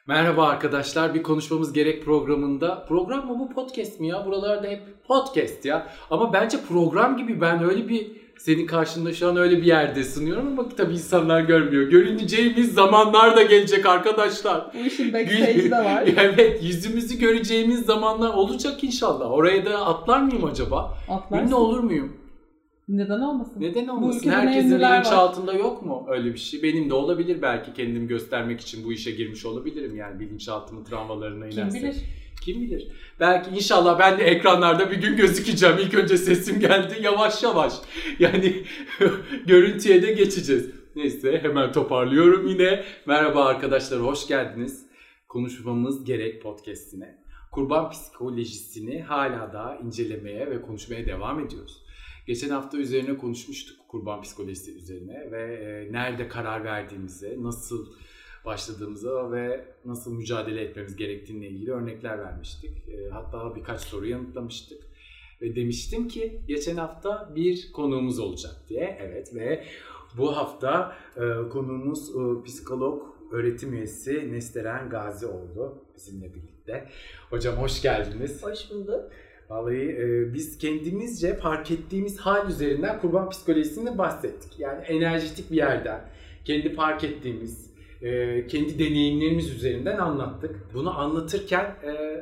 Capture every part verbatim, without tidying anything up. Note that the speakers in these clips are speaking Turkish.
Merhaba arkadaşlar, bir konuşmamız gerek programında. Program mı bu, podcast mi ya? Buralarda hep podcast ya. Ama bence program gibi, ben öyle bir senin karşında şu an öyle bir yerde sunuyorum ama tabii insanlar görmüyor. Görüneceğimiz zamanlar da gelecek arkadaşlar. Bu işin backstage'de var. Evet, yüzümüzü göreceğimiz zamanlar olacak inşallah. Oraya da atlar mıyım acaba? Atlarsın. Ünlü olur muyum? Neden olmasın? Neden olmasın? Herkesin bilinç altında yok mu öyle bir şey? Benim de olabilir, belki kendimi göstermek için bu işe girmiş olabilirim. Yani bilinçaltımın travmalarına inerse. Kim bilir? Kim bilir? Belki inşallah ben de ekranlarda bir gün gözükeceğim. İlk önce sesim geldi yavaş yavaş. Yani görüntüye de geçeceğiz. Neyse, hemen toparlıyorum yine. Merhaba arkadaşlar, hoş geldiniz. Konuşmamız gerek podcast'ine. Kurban psikolojisini hala daha incelemeye ve konuşmaya devam ediyoruz. Geçen hafta üzerine konuşmuştuk, kurban psikolojisi üzerine ve e, nerede karar verdiğimize, nasıl başladığımıza ve nasıl mücadele etmemiz gerektiğine ilgili örnekler vermiştik. E, hatta birkaç soru yanıtlamıştık. Ve demiştim ki geçen hafta bir konuğumuz olacak diye. Evet, ve bu hafta e, konuğumuz e, psikolog, öğretim üyesi Nesteren Gazi oldu bizimle birlikte. Hocam hoş geldiniz. Hoş bulduk. Vallahi e, biz kendimizce fark ettiğimiz hal üzerinden kurban psikolojisini bahsettik. Yani enerjitik bir yerden, kendi fark ettiğimiz, e, kendi deneyimlerimiz üzerinden anlattık. Bunu anlatırken e,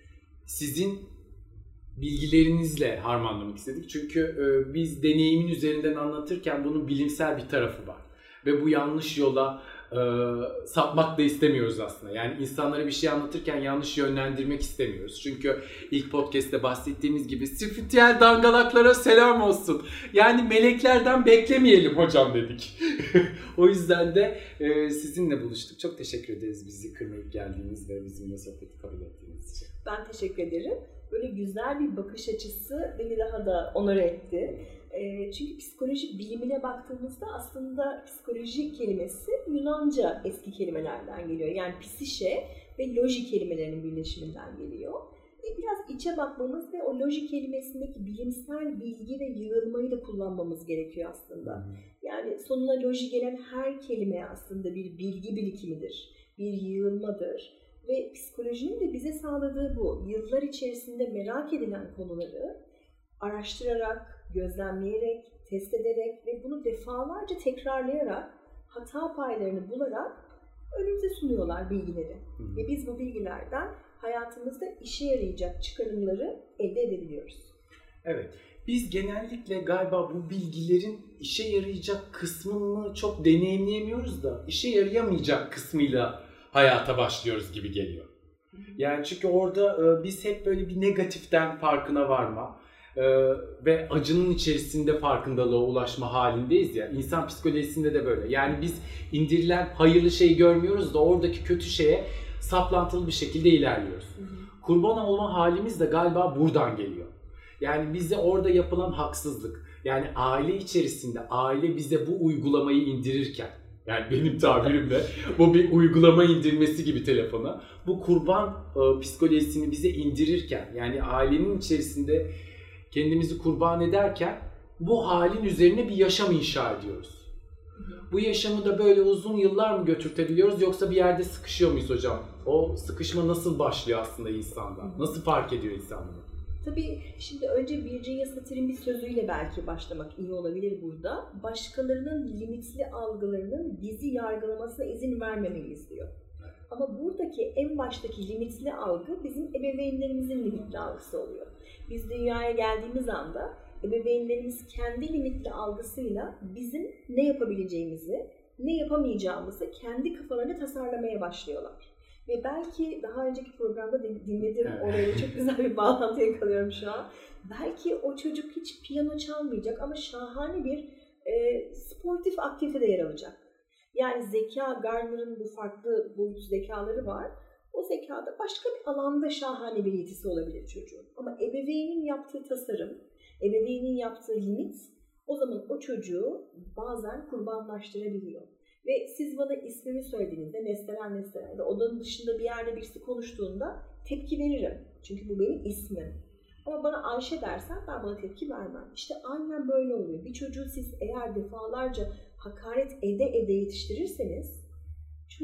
sizin bilgilerinizle harmanlamak istedik. Çünkü e, biz deneyimin üzerinden anlatırken bunun bilimsel bir tarafı var. Ve bu yanlış yola e, sapmak da istemiyoruz aslında. Yani insanlara bir şey anlatırken yanlış yönlendirmek istemiyoruz. Çünkü ilk podcast'te bahsettiğimiz gibi spiritüel dangalaklara selam olsun. Yani meleklerden beklemeyelim hocam dedik. O yüzden de e, sizinle buluştuk. Çok teşekkür ederiz bizi kırmayıp geldiğiniz ve bizimle sohbeti kabul ettiğiniz için. Ben teşekkür ederim. Böyle güzel bir bakış açısı beni daha da onore etti. E, çünkü psikoloji bilimine baktığımızda aslında psikoloji kelimesi Yunanca eski kelimelerden geliyor. Yani psişe ve loji kelimelerinin birleşiminden geliyor. E, biraz içe bakmamız ve o loji kelimesindeki bilimsel bilgi ve yığılmayı da kullanmamız gerekiyor aslında. Yani sonuna loji gelen her kelime aslında bir bilgi birikimidir, bir yığılmadır. Ve psikolojinin de bize sağladığı bu. Yıllar içerisinde merak edilen konuları araştırarak, gözlemleyerek, test ederek ve bunu defalarca tekrarlayarak, hata paylarını bularak önümüze sunuyorlar bilgileri. Hı. Ve biz bu bilgilerden hayatımızda işe yarayacak çıkarımları elde edebiliyoruz. Evet. Biz genellikle galiba bu bilgilerin işe yarayacak kısmını çok deneyimleyemiyoruz da işe yarayamayacak kısmıyla hayata başlıyoruz gibi geliyor. Yani çünkü orada e, biz hep böyle bir negatiften farkına varma e, ve acının içerisinde farkındalığa ulaşma halindeyiz ya. İnsan psikolojisinde de böyle. Yani biz indirilen hayırlı şeyi görmüyoruz da oradaki kötü şeye saplantılı bir şekilde ilerliyoruz. Hı hı. Kurban olma halimiz de galiba buradan geliyor. Yani bize orada yapılan haksızlık, yani aile içerisinde aile bize bu uygulamayı indirirken, yani benim tabirimle bu bir uygulama indirmesi gibi telefona. Bu kurban e, psikolojisini bize indirirken, yani ailenin içerisinde kendimizi kurban ederken bu halin üzerine bir yaşam inşa ediyoruz. Bu yaşamı da böyle uzun yıllar mı götürtebiliyoruz yoksa bir yerde sıkışıyor muyuz hocam? O sıkışma nasıl başlıyor aslında insanda? Nasıl fark ediyor insan bunu? Tabii şimdi önce Virginia Satir'in bir sözüyle belki başlamak iyi olabilir burada. Başkalarının limitli algılarının bizi yargılamasına izin vermemeliyiz diyor. Ama buradaki en baştaki limitli algı bizim ebeveynlerimizin limitli algısı oluyor. Biz dünyaya geldiğimiz anda ebeveynlerimiz kendi limitli algısıyla bizim ne yapabileceğimizi, ne yapamayacağımızı kendi kafalarında tasarlamaya başlıyorlar. Ve belki daha önceki programda dinledim, evet. Oraya çok güzel bir bağlantı yakalıyorum şu an. Belki o çocuk hiç piyano çalmayacak ama şahane bir e, sportif aktivitede yer alacak. Yani zeka, Gardner'ın bu farklı boyut zekaları var. O zekada başka bir alanda şahane bir yetisi olabilir çocuğun. Ama ebeveynin yaptığı tasarım, ebeveynin yaptığı limit o zaman o çocuğu bazen kurbanlaştırabiliyor. Ve siz bana ismimi söylediğinizde Nesteren Nesteren, odanın dışında bir yerde birisi konuştuğunda tepki veririm. Çünkü bu benim ismim. Ama bana Ayşe dersen ben buna tepki vermem. İşte aynen böyle oluyor. Bir çocuğu siz eğer defalarca hakaret ede ede yetiştirirseniz çocuk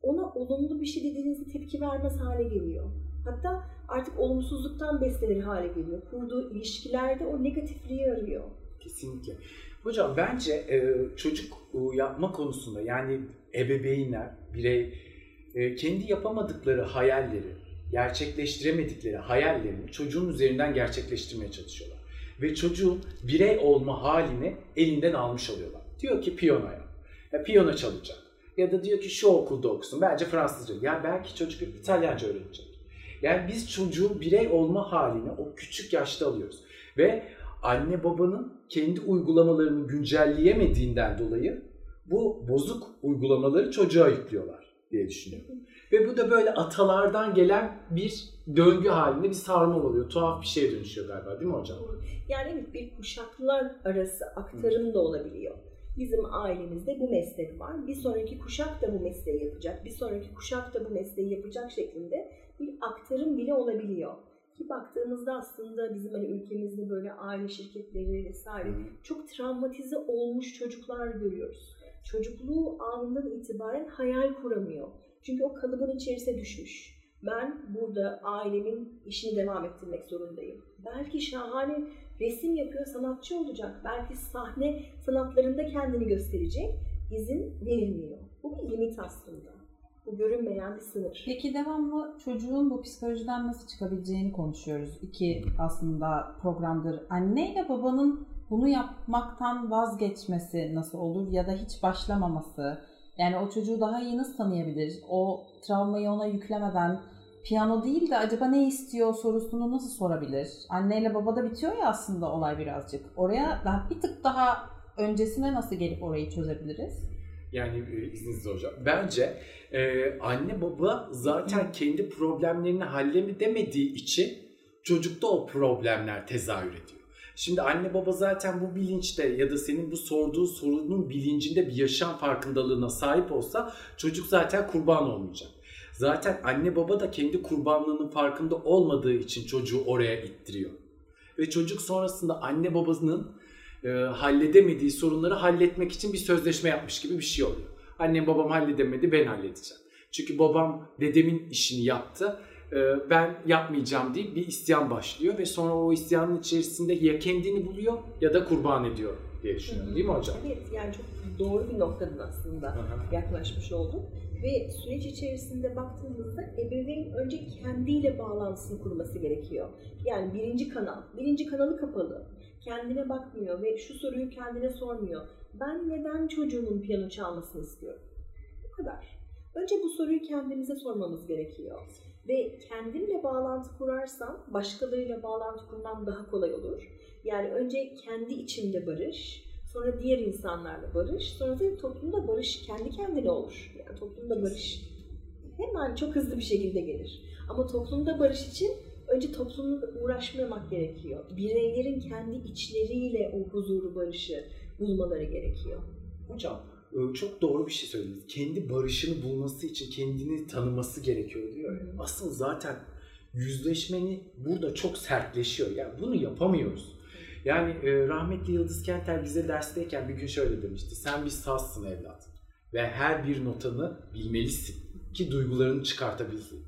ona olumlu bir şey dediğinizde tepki vermez hale geliyor. Hatta artık olumsuzluktan beslenir hale geliyor. Kurduğu ilişkilerde o negatifliği arıyor. Kesinlikle. Hocam bence e, çocuk e, yapma konusunda yani ebeveynler, birey e, kendi yapamadıkları hayalleri, gerçekleştiremedikleri hayallerini çocuğun üzerinden gerçekleştirmeye çalışıyorlar. Ve çocuğun birey olma halini elinden almış oluyorlar. Diyor ki piyanoya, ya piyano çalacak. Ya da diyor ki şu okulda okusun, bence Fransızca. Ya belki çocuk İtalyanca öğrenecek. Yani biz çocuğun birey olma halini o küçük yaşta alıyoruz. Ve anne babanın kendi uygulamalarını güncelleyemediğinden dolayı bu bozuk uygulamaları çocuğa yüklüyorlar diye düşünüyorum. Ve bu da böyle atalardan gelen bir döngü halinde bir sarmal oluyor. Tuhaf bir şeye dönüşüyor galiba, değil mi hocam? Yani evet, bir kuşaklar arası aktarım da olabiliyor. Bizim ailemizde bu meslek var. Bir sonraki kuşak da bu mesleği yapacak. Bir sonraki kuşak da bu mesleği yapacak şeklinde bir aktarım bile olabiliyor. Ki baktığımızda aslında bizim hani ülkemizde böyle aile şirketleri vesaire çok travmatize olmuş çocuklar görüyoruz. Çocukluğu anından itibaren hayal kuramıyor. Çünkü o kalıbın içerisine düşmüş. Ben burada ailemin işini devam ettirmek zorundayım. Belki şahane resim yapıyor, sanatçı olacak. Belki sahne sanatlarında kendini gösterecek. İzin verilmiyor. Bu bir limit aslında. Bu görünmeyen bir sınır. Peki devamlı çocuğun bu psikolojiden nasıl çıkabileceğini konuşuyoruz. İki aslında programdır. Anne ile babanın bunu yapmaktan vazgeçmesi nasıl olur ya da hiç başlamaması? Yani o çocuğu daha iyi nasıl tanıyabilir? O travmayı ona yüklemeden piyano değil de acaba ne istiyor sorusunu nasıl sorabilir? Anneyle babada bitiyor ya aslında olay birazcık. Oraya daha bir tık daha öncesine nasıl gelip orayı çözebiliriz? Yani izninizle hocam. Bence e, anne baba zaten kendi problemlerini halledemediği için çocukta o problemler tezahür ediyor. Şimdi anne baba zaten bu bilinçte ya da senin bu sorduğu sorunun bilincinde bir yaşam farkındalığına sahip olsa çocuk zaten kurban olmayacak. Zaten anne baba da kendi kurbanlığının farkında olmadığı için çocuğu oraya ittiriyor. Ve çocuk sonrasında anne babasının e, halledemediği sorunları halletmek için bir sözleşme yapmış gibi bir şey oluyor. Annem babam halledemedi, ben halledeceğim. Çünkü babam dedemin işini yaptı, e, ben yapmayacağım deyip bir isyan başlıyor ve sonra o isyanın içerisinde ya kendini buluyor ya da kurban ediyor diye düşünüyorum. Değil mi hocam? Evet, yani çok doğru bir noktadan aslında Aha. yaklaşmış olduk. Ve süreç içerisinde baktığımızda ebeveyn önce kendiyle bağlantısını kurması gerekiyor. Yani birinci kanal, birinci kanalı kapalı. Kendine bakmıyor ve şu soruyu kendine sormuyor. Ben neden çocuğumun piyano çalmasını istiyorum? Bu kadar. Önce bu soruyu kendimize sormamız gerekiyor. Ve kendimle bağlantı kurarsam başkalarıyla bağlantı kurmam daha kolay olur. Yani önce kendi içimde barış, sonra diğer insanlarla barış, sonra da toplumda barış kendi kendine olur. Yani toplumda barış hemen çok hızlı bir şekilde gelir. Ama toplumda barış için önce toplumla uğraşmamak gerekiyor. Bireylerin kendi içleriyle o huzuru, barışı bulmaları gerekiyor. Hocam çok doğru bir şey söylediniz. Kendi barışını bulması için kendini tanıması gerekiyor diyor ya. Aslında zaten yüzleşmeni burada çok sertleşiyor. Yani bunu yapamıyoruz. Yani e, rahmetli Yıldız Kenter bize dersteyken bir gün şöyle demişti. Sen bir sazsın evlat ve her bir notanı bilmelisin ki duygularını çıkartabilesin.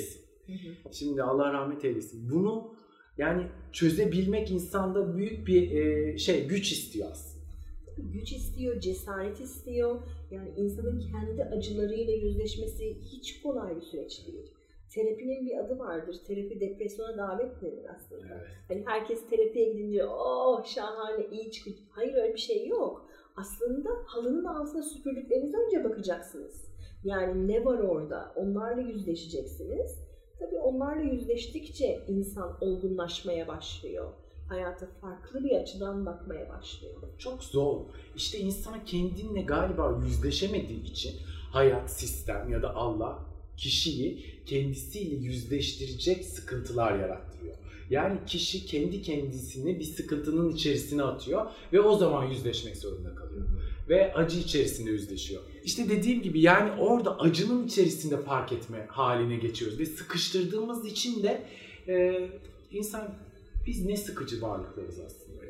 Hı hı. Şimdi Allah rahmet eylesin. Bunu yani çözebilmek insanda büyük bir e, şey güç istiyor aslında. Güç istiyor, cesaret istiyor. Yani insanın kendi acılarıyla yüzleşmesi hiç kolay bir süreç değil. Terapinin bir adı vardır. Terapi depresyona davet denir aslında. Evet. Hani herkes terapiye gidince oh şahane iyi çıkıyor. Hayır, öyle bir şey yok. Aslında halının altına süpürdüklerinize önce bakacaksınız. Yani ne var orada? Onlarla yüzleşeceksiniz. Tabii onlarla yüzleştikçe insan olgunlaşmaya başlıyor. Hayata farklı bir açıdan bakmaya başlıyor. Çok zor. İşte insan kendinle galiba yüzleşemediği için hayat, sistem ya da Allah kişiyi kendisiyle yüzleştirecek sıkıntılar yarattırıyor. Yani kişi kendi kendisini bir sıkıntının içerisine atıyor ve o zaman yüzleşmek zorunda kalıyor. Ve acı içerisinde yüzleşiyor. İşte dediğim gibi yani orada acının içerisinde fark etme haline geçiyoruz. Ve sıkıştırdığımız için de e, insan biz ne sıkıcı varlıklarız aslında yani.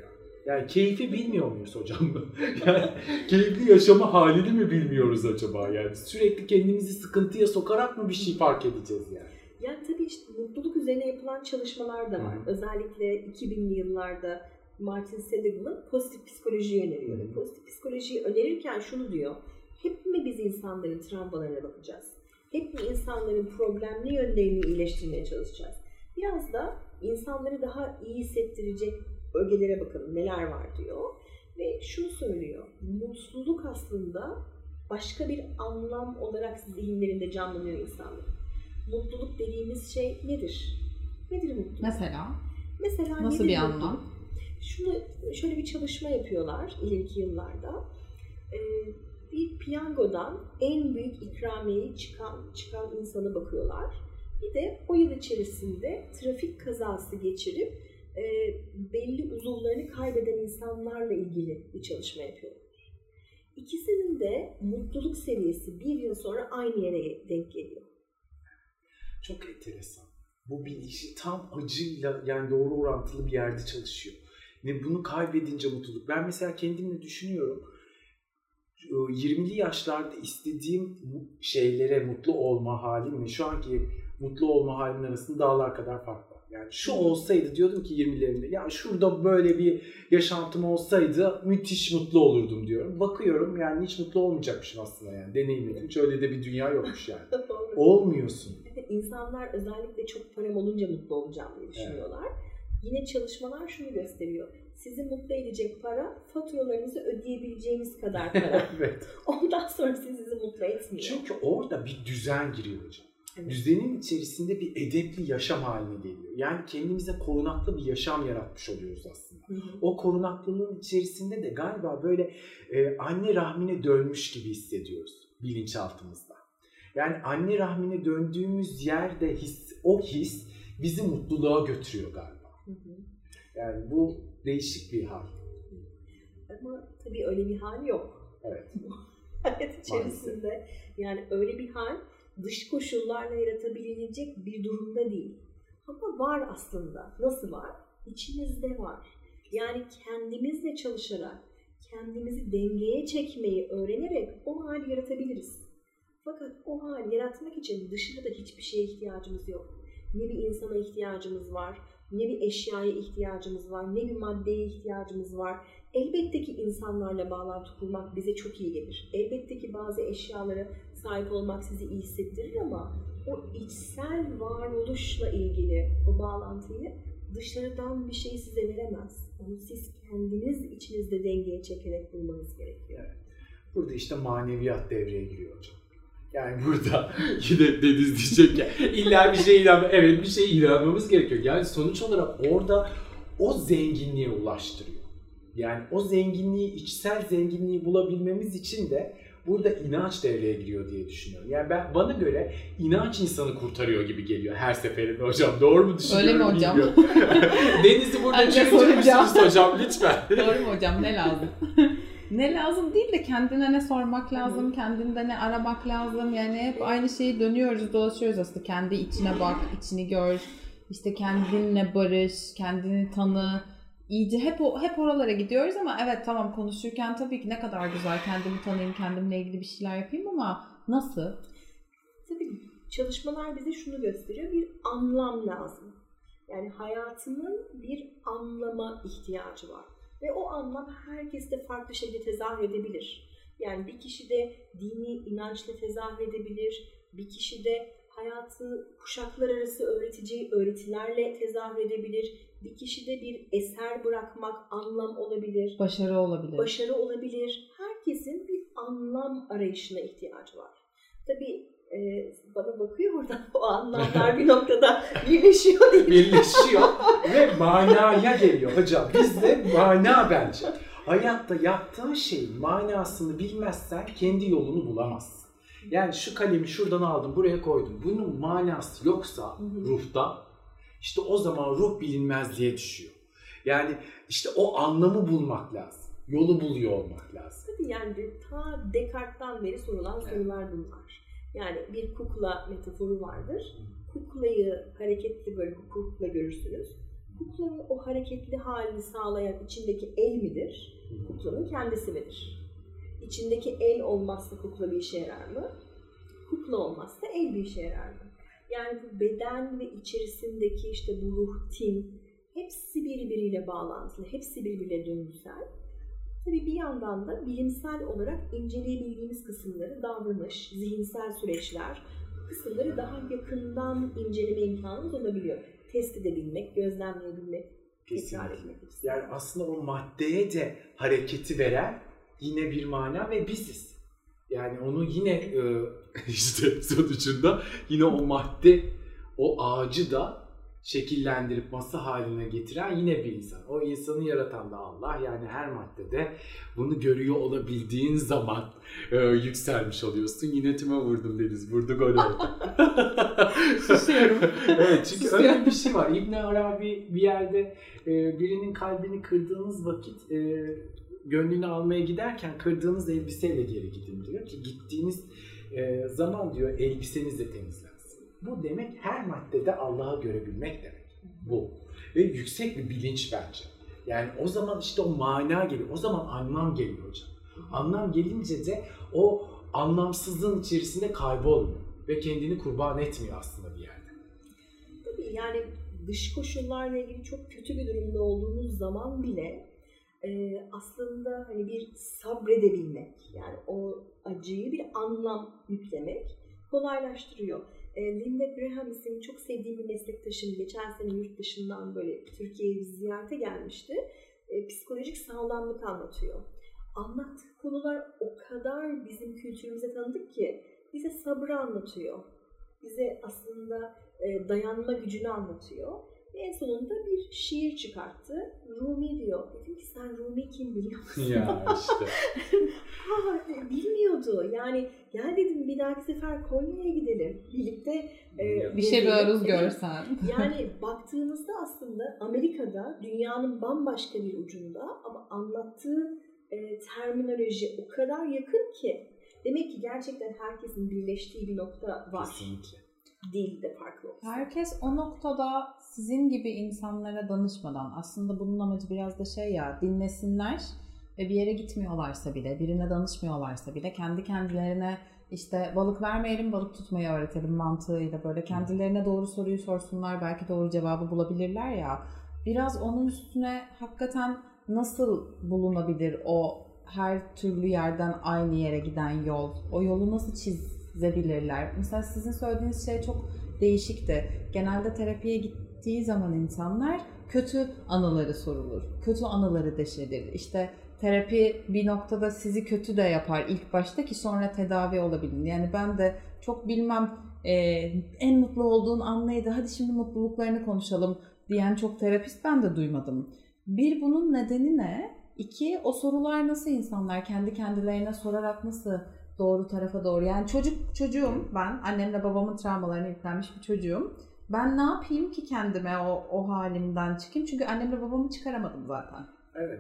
Yani keyfi bilmiyor muyuz hocam? Yani keyifli yaşama halini mi bilmiyoruz acaba? Yani sürekli kendimizi sıkıntıya sokarak mı bir şey fark edeceğiz yani? Yani tabii işte mutluluk üzerine yapılan çalışmalar da var. Hı. Özellikle iki binli yıllarda Martin Seligman pozitif psikolojiyi öneriyor. Hı. Pozitif psikolojiyi önerirken şunu diyor. Hep mi biz insanların travmalarına bakacağız? Hep mi insanların problemli yönlerini iyileştirmeye çalışacağız? Biraz da insanları daha iyi hissettirecek bölgelere bakalım neler var diyor. Ve şunu söylüyor. Mutluluk aslında başka bir anlam olarak zihinlerinde canlanıyor insanların. Mutluluk dediğimiz şey nedir? Nedir mutluluk? Mesela? Mesela nasıl bir mutluluk? Anlam? Şunu, şöyle bir çalışma yapıyorlar ileriki yıllarda. Ee, bir piyangodan en büyük ikramiyeyi çıkan, çıkan insana bakıyorlar. Bir de o yıl içerisinde trafik kazası geçirip e, belli uzuvlarını kaybeden insanlarla ilgili bir çalışma yapıyorlar. İkisinin de mutluluk seviyesi bir yıl sonra aynı yere denk geliyor. Çok enteresan. Bu bilgi tam acıyla yani doğru orantılı bir yerde çalışıyor. Ve bunu kaybedince mutluluk. Ben mesela kendimle düşünüyorum. yirmili yaşlarda istediğim şeylere mutlu olma halimle şu anki mutlu olma halimin arasında dağlar kadar fark var. Yani şu olsaydı diyordum ki yirmilerimde ya şurada böyle bir yaşantım olsaydı müthiş mutlu olurdum diyorum. Bakıyorum yani hiç mutlu olmayacakmışım aslında yani deneyimledim. Hiç öyle de bir dünya yokmuş yani. Olmuyorsun. Evet, insanlar özellikle çok param olunca mutlu olacağım diye düşünüyorlar. Evet. Yine çalışmalar şunu gösteriyor. Sizi mutlu edecek para, faturalarınızı ödeyebileceğiniz kadar para. Evet. Ondan sonra sizi mutlu etmiyor. Çünkü orada bir düzen giriyor hocam. Evet. Düzenin içerisinde bir edepli yaşam haline geliyor. Yani kendimize korunaklı bir yaşam yaratmış oluyoruz aslında. Hı hı. O korunaklılığın içerisinde de galiba böyle e, anne rahmine dönmüş gibi hissediyoruz bilinçaltımızda. Yani anne rahmine döndüğümüz yerde his, o his bizi mutluluğa götürüyor galiba. Hı hı. Yani bu değişik bir hal. Ama tabii öyle bir hal yok. Evet. Hayat içerisinde maalesef. Yani öyle bir hal dış koşullarla yaratabilecek bir durumda değil. Ama var aslında. Nasıl var? İçimizde var. Yani kendimizle çalışarak, kendimizi dengeye çekmeyi öğrenerek o hali yaratabiliriz. Fakat o hali yaratmak için dışarıda hiçbir şeye ihtiyacımız yok. Ne bir insana ihtiyacımız var, ne bir eşyaya ihtiyacımız var, ne bir maddeye ihtiyacımız var. Elbette ki insanlarla bağlantı kurmak bize çok iyi gelir. Elbette ki bazı eşyalara sahip olmak sizi iyi hissettirir ama o içsel varoluşla ilgili o bağlantıyı dışarıdan bir şey size veremez. Onu siz kendiniz içinizde dengeye çekerek bulmanız gerekiyor. Evet. Burada işte maneviyat devreye giriyor hocam. Yani burada yine Deniz diyecek ya illa bir şey ilan, evet bir şey ilanmamız gerekiyor. Yani sonuç olarak orada o zenginliğe ulaştırıyor. Yani o zenginliği, içsel zenginliği bulabilmemiz için de burada inanç devreye giriyor diye düşünüyorum. Yani ben bana göre inanç insanı kurtarıyor gibi geliyor her seferinde hocam. Doğru mu düşünüyorum? Öyle mi hocam? Deniz'i burada çürütür müsünüz hocam lütfen? Doğru mu hocam? Ne lazım? Ne lazım değil de kendine ne sormak lazım, Hı. kendinde ne aramak lazım. Yani hep aynı şeyi dönüyoruz, dolaşıyoruz aslında. Kendi içine bak, içini gör, işte kendinle barış, kendini tanı. İyice hep o, hep oralara gidiyoruz ama evet tamam konuşurken tabii ki ne kadar güzel kendimi tanıyayım, kendimle ilgili bir şeyler yapayım ama nasıl? Tabii çalışmalar bize şunu gösteriyor, bir anlam lazım. Yani hayatının bir anlama ihtiyacı var. Ve o anlam herkeste farklı şekilde tezahür edebilir. Yani bir kişi de dini inançla tezahür edebilir, bir kişi de hayatı kuşaklar arası öğreteceği öğretilerle tezahür edebilir, bir kişi de bir eser bırakmak anlam olabilir. Başarı olabilir. Başarı olabilir. Herkesin bir anlam arayışına ihtiyacı var. Tabii e, bana bakıyor oradan o anlamlar bir noktada birleşiyor değil mi? Birleşiyor ve manaya geliyor hocam. Bizde mana bence. Hayatta yaptığın şeyin manasını bilmezsen kendi yolunu bulamazsın. Yani şu kalemi şuradan aldım, buraya koydum. Bunun manası yoksa ruhta, işte o zaman ruh bilinmezliğe düşüyor. Yani işte o anlamı bulmak lazım. Yolu buluyor olmak lazım. Tabii yani ta Descartes'tan beri sorulan evet. sorular bunlar. Yani bir kukla metaforu vardır. Kuklayı hareketli böyle kukla görürsünüz. Kuklanın o hareketli halini sağlayan içindeki el midir? Kuklanın kendisi midir? İçindeki el olmazsa kukla bir işe yarar mı? Kukla olmazsa el bir işe yarar mı? Yani bu beden ve içerisindeki işte bu ruh, tin, hepsi birbiriyle bağlantılı, hepsi birbiriyle döngüsel. Tabii bir yandan da bilimsel olarak inceleyebildiğimiz kısımları, davranış, zihinsel süreçler, bu kısımları daha yakından inceleme imkanımız olabiliyor. Test edebilmek, gözlemleyebilmek, tekrar etmek. Yani aslında o maddeye de hareketi veren yine bir mana ve biziz. Yani onu yine işte sonucunda yine o madde, o ağacı da şekillendirip masa haline getiren yine bir insan. O insanı yaratan da Allah. Yani her maddede bunu görüyor olabildiğin zaman e, yükselmiş oluyorsun. Yine tüme vurdum Deniz. Vurdu gol oldu. Susuyorum. Evet, çünkü Susuyorum. öyle bir şey var. İbn Arabi bir yerde e, birinin kalbini kırdığınız vakit e, gönlünü almaya giderken kırdığınız elbiseyle geri gidin diyor ki gittiğiniz e, zaman diyor elbiseniz de temizlensin. Bu demek her maddede Allah'ı görebilmek demek. Bu. Ve yüksek bir bilinç bence. Yani o zaman işte o mana geliyor. O zaman anlam geliyor hocam. Anlam gelince de o anlamsızlığın içerisinde kaybolmuyor. Ve kendini kurban etmiyor aslında bir yerde. Tabii yani dış koşullarla ilgili çok kötü bir durumda olduğunuz zaman bile e, aslında hani bir sabredebilmek, yani o acıyı bir anlam yüklemek kolaylaştırıyor. E, Linda Graham isimli çok sevdiğim bir meslektaşım geçen sene yurt dışından böyle Türkiye'ye ziyarete gelmişti. E, psikolojik sağlamlık anlatıyor. Anlattığı konular o kadar bizim kültürümüze tanıdık ki bize sabrı anlatıyor. Bize aslında e, dayanma gücünü anlatıyor. Ve en sonunda bir şiir çıkarttı. Rumi diyor. Dedim ki sen Rumi kim biliyor musun? Ya işte. Ha, bilmiyordu. Yani gel dedim bir dahaki sefer Konya'ya gidelim. Birlikte e, bir şey bölürüz dedim. görsen. Yani baktığınızda aslında Amerika'da dünyanın bambaşka bir ucunda ama anlattığı e, terminoloji o kadar yakın ki demek ki gerçekten herkesin birleştiği bir nokta var. Kesinlikle. Dil de farklı olsun. Herkes o noktada sizin gibi insanlara danışmadan, aslında bunun amacı biraz da şey ya, dinlesinler ve bir yere gitmiyorlarsa bile, birine danışmıyorlarsa bile kendi kendilerine işte balık vermeyelim, balık tutmayı öğretelim mantığıyla böyle kendilerine doğru soruyu sorsunlar, belki doğru cevabı bulabilirler ya. Biraz onun üstüne hakikaten nasıl bulunabilir o her türlü yerden aynı yere giden yol, o yolu nasıl çizebilirler? Mesela sizin söylediğiniz şey çok değişikti. Genelde terapiye gittiği zaman insanlar kötü anıları sorulur, kötü anıları deşedir. İşte terapi bir noktada sizi kötü de yapar ilk başta ki sonra tedavi olabilir. Yani ben de çok bilmem e, en mutlu olduğun an neydi, hadi şimdi mutluluklarını konuşalım diyen çok terapist ben de duymadım. Bir, bunun nedeni ne? İki, o sorular nasıl insanlar kendi kendilerine sorarak nasıl doğru tarafa doğru? Yani çocuk çocuğum ben, annemle babamın travmalarına yüklenmiş bir çocuğum. Ben ne yapayım ki kendime o, o halimden çıkayım? Çünkü annemle babamı çıkaramadım zaten. Evet.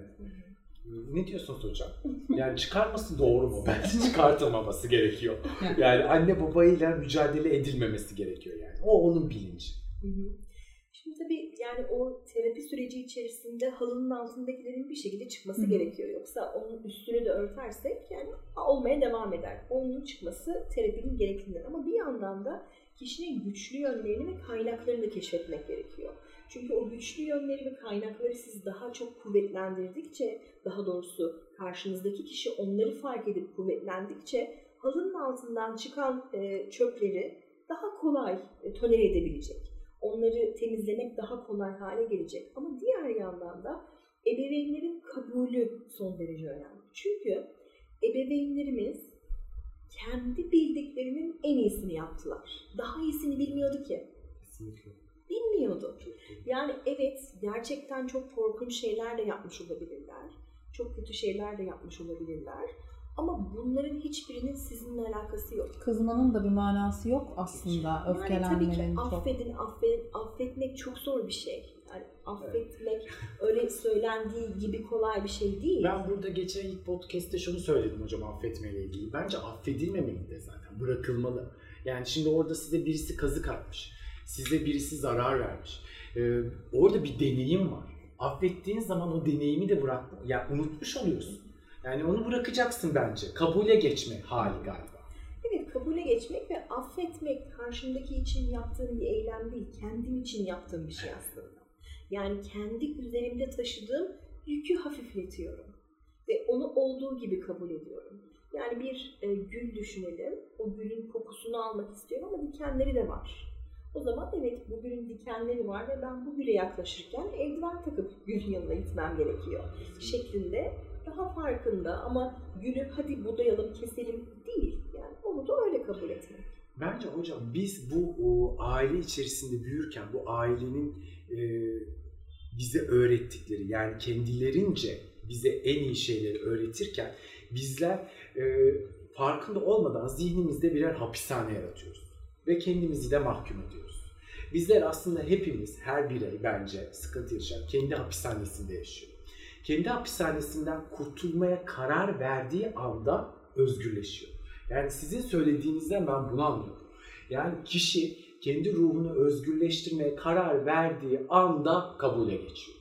Ne diyorsunuz hocam? Yani çıkarması doğru mu? Bence çıkartılmaması gerekiyor. Yani anne babayla mücadele edilmemesi gerekiyor yani. O onun bilinci. Hı hı. Şimdi tabii yani o terapi süreci içerisinde halının altındakilerin bir şekilde çıkması Hı. gerekiyor. Yoksa onun üstünü de örtersek yani olmaya devam eder. Onun çıkması terapinin gerekliliğinden. Ama bir yandan da kişinin güçlü yönlerini ve kaynaklarını da keşfetmek gerekiyor. Çünkü o güçlü yönleri ve kaynakları siz daha çok kuvvetlendirdikçe, daha doğrusu karşınızdaki kişi onları fark edip kuvvetlendikçe halının altından çıkan e, çöpleri daha kolay e, tolere edebilecek. Onları temizlemek daha kolay hale gelecek. Ama diğer yandan da ebeveynlerin kabulü son derece önemli. Çünkü ebeveynlerimiz kendi bildiklerinin en iyisini yaptılar. Daha iyisini bilmiyordu ki. Kesinlikle. Bilmiyordu. Yani evet, gerçekten çok korkunç şeyler de yapmış olabilirler. Çok kötü şeyler de yapmış olabilirler. Ama bunların hiçbirinin sizinle alakası yok. Kızmanın da bir manası yok aslında. Yani Öfkelenmenin tabii ki çok. affedin, affedin, affetmek çok zor bir şey. Yani affetmek evet. öyle söylendiği gibi kolay bir şey değil. Ben burada geçen ilk podcast'te şunu söyledim hocam affetmeyle ilgili. Bence affedilmemeli de zaten. Bırakılmalı. Yani şimdi orada size birisi kazık atmış. Size birisi zarar vermiş. Ee, orada bir deneyim var. Affettiğin zaman o deneyimi de bırak, yani unutmuş oluyorsun. Yani onu bırakacaksın bence. Kabule geçme hali galiba. Evet, kabule geçmek ve affetmek karşımdaki için yaptığım bir eylem değil, kendim için yaptığım bir şey aslında. Yani kendi üzerimde taşıdığım yükü hafifletiyorum ve onu olduğu gibi kabul ediyorum. Yani bir e, gül düşünelim, o gülün kokusunu almak istiyorum ama dikenleri de var. O zaman evet, bu gülün dikenleri var ve ben bu güle yaklaşırken eldiven takıp gülün yanına gitmem gerekiyor şeklinde daha farkında ama gülü hadi budayalım, keselim değil. Yani onu da öyle kabul etmek. Bence hocam biz bu o, aile içerisinde büyürken bu ailenin e, bize öğrettikleri, yani kendilerince bize en iyi şeyleri öğretirken bizler e, farkında olmadan zihnimizde birer hapishane yaratıyoruz ve kendimizi de mahkum ediyoruz. Bizler aslında hepimiz, her birey bence sıkıntı yaşayan kendi hapishanesinde yaşıyor. Kendi hapishanesinden kurtulmaya karar verdiği anda özgürleşiyor. Yani sizin söylediğinizden ben bunu anlıyorum. Yani kişi kendi ruhunu özgürleştirmeye karar verdiği anda kabule geçiyor.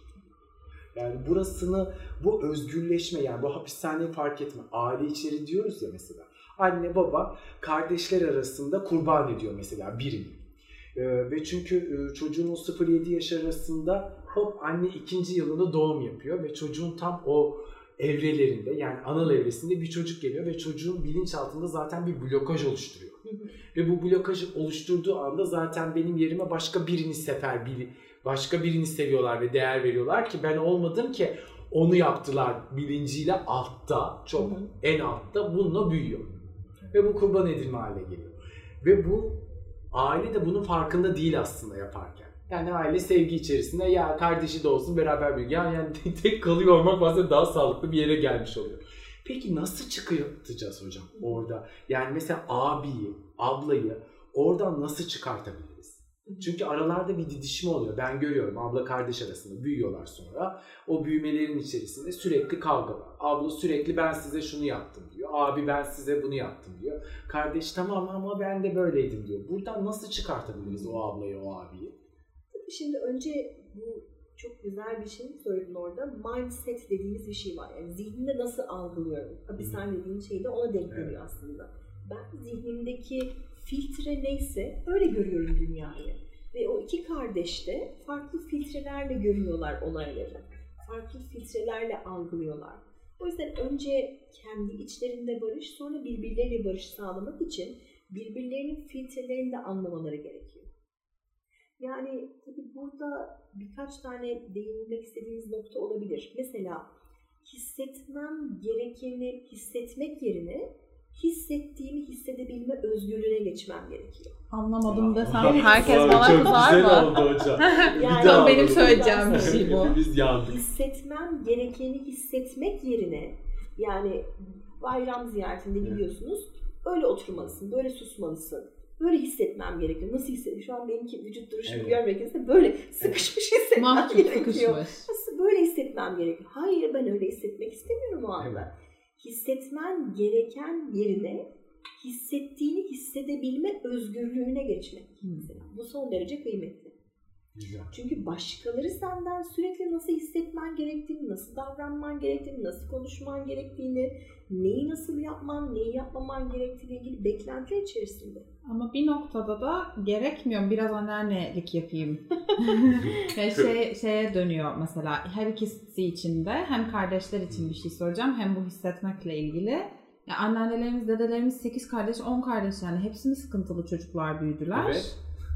Yani burasını, bu özgürleşme, yani bu hapishaneyi fark etme. Aile içeri diyoruz ya mesela. Anne baba kardeşler arasında kurban ediyor mesela birini. Ee, ve çünkü e, çocuğun o sıfır yedi yaş arasında hop anne ikinci yılında doğum yapıyor ve çocuğun tam o evrelerinde, yani anal evresinde bir çocuk geliyor ve çocuğun bilinçaltında zaten bir blokaj oluşturuyor. Ve bu blokajı oluşturduğu anda zaten benim yerime başka birini sefer, biri, başka birini seviyorlar ve değer veriyorlar ki ben olmadım ki onu yaptılar bilinciyle altta, çok en altta bununla büyüyor. Ve bu kurban edilme haline geliyor. Ve bu aile de bunun farkında değil aslında yaparken. Yani aile sevgi içerisinde ya kardeşi de olsun beraber büyüyor. Yani, yani tek kalıyor olmak bazen daha sağlıklı bir yere gelmiş oluyor. Peki nasıl çıkartacağız hocam orada? Yani mesela abiyi, ablayı oradan nasıl çıkartabiliriz? Çünkü aralarda bir didişme oluyor. Ben görüyorum abla kardeş arasında büyüyorlar sonra. O büyümelerin içerisinde sürekli kavga var. Abla sürekli ben size şunu yaptım diyor. Abi ben size bunu yaptım diyor. Kardeş tamam ama ben de böyleydim diyor. Buradan nasıl çıkartabiliriz o ablayı, o abiyi? Şimdi önce bu çok güzel bir şey söyledin orada. Mindset dediğimiz bir şey var. Yani zihninde nasıl algılıyorum? Hapishane dediğin şey de ona denk geliyor evet. aslında. Ben zihnimdeki filtre neyse öyle görüyorum dünyayı. Ve o iki kardeş de farklı filtrelerle görüyorlar olayları. Farklı filtrelerle algılıyorlar. O yüzden önce kendi içlerinde barış, sonra birbirleriyle barış sağlamak için birbirlerinin filtrelerini de anlamaları gerekiyor. Yani tabii burada birkaç tane değinmek istediğiniz nokta olabilir. Mesela hissetmem gerekeni hissetmek yerine hissettiğimi hissedebilme özgürlüğüne geçmem gerekiyor. Anlamadım desem herkes bana kızar mı? Çok güzel oldu hocam. Yani tam benim söyleyeceğim bir şey bu. Biz yandık. Hissetmem gerekeni hissetmek yerine, yani bayram ziyaretinde gidiyorsunuz, öyle oturmalısın, böyle susmalısın. Böyle hissetmem gerekiyor. Nasıl hissediyorum? Şu an benimki vücut duruşumu evet. görmek istedim. Böyle sıkışmış evet. hissetmem Mahcup gerekiyor. Nasıl böyle hissetmem gerekiyor? Hayır, ben öyle hissetmek istemiyorum o anda. Evet. Hissetmen gereken yerine hissettiğini hissedebilme özgürlüğüne geçmek. Hmm. Mesela. Bu son derece kıymetli. Güzel. Çünkü başkaları senden sürekli nasıl hissetmen gerektiğini, nasıl davranman gerektiğini, nasıl konuşman gerektiğini, neyi nasıl yapman, neyi yapmaman gerektiğiyle ilgili beklentiler içerisinde. Ama bir noktada da gerekmiyor. Biraz anneannelik yapayım. yani şey, şeye dönüyor mesela. Her ikisi için de hem kardeşler için bir şey soracağım hem bu hissetmekle ilgili. Yani anneannelerimiz, dedelerimiz sekiz kardeş, on kardeş yani. Hepsi mi sıkıntılı çocuklar büyüdüler? Evet.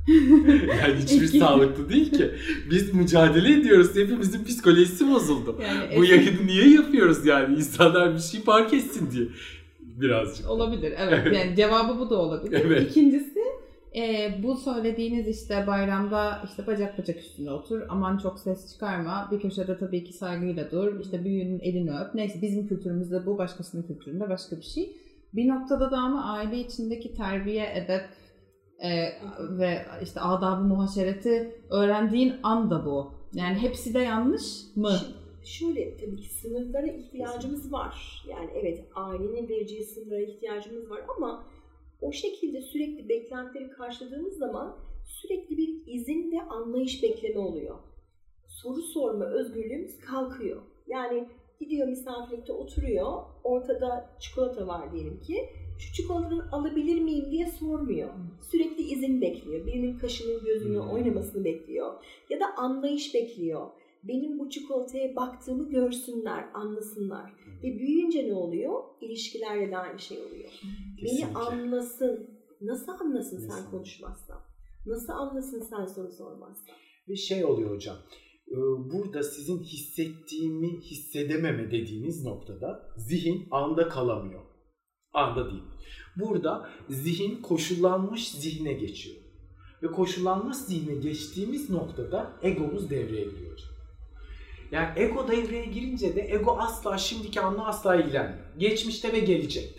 Yani hiçbir sağlıklı değil ki. Biz mücadele ediyoruz. Hepimizin psikolojisi bozuldu. Yani bu yayını niye yapıyoruz yani? İnsanlar bir şey fark etsin diye. Birazcık. Olabilir evet. Yani cevabı bu da olabilir. Evet. İkincisi e, bu söylediğiniz işte bayramda işte bacak bacak üstüne otur. Aman çok ses çıkarma. Bir köşede tabii ki saygıyla dur. İşte büyüğünün elini öp. Neyse bizim kültürümüzde bu, başkasının kültüründe başka bir şey. Bir noktada da ama aile içindeki terbiye, edep Ee, ve işte adab-ı muhaşereti öğrendiğin anda bu. Yani hepsi de yanlış mı? Şimdi şöyle, tabii ki sınırlara ihtiyacımız var. Yani evet, ailenin vereceği sınırlara ihtiyacımız var ama o şekilde sürekli beklentileri karşıladığımız zaman sürekli bir izin ve anlayış bekleme oluyor. Soru sorma özgürlüğümüz kalkıyor. Yani gidiyor misafirlikte oturuyor, ortada çikolata var diyelim ki, şu çikolatayı alabilir miyim diye sormuyor. Sürekli izin bekliyor. Birinin kaşının gözünü hmm. oynamasını bekliyor. Ya da anlayış bekliyor. Benim bu çikolataya baktığımı görsünler, anlasınlar. Hmm. Ve büyüyünce ne oluyor? İlişkilerde de aynı şey oluyor. Kesinlikle. Beni anlasın. Nasıl anlasın Nasıl? Sen konuşmazsan? Nasıl anlasın sen soru sormazsan? Bir şey oluyor hocam. Burada sizin hissettiğimi hissedememe dediğiniz noktada zihin anda kalamıyor. Anda değil. Burada zihin koşullanmış zihne geçiyor. Ve koşullanmış zihne geçtiğimiz noktada egomuz devreye giriyor. Yani ego devreye girince de ego asla şimdiki anla asla ilgilenmiyor. Geçmişte ve gelecekte.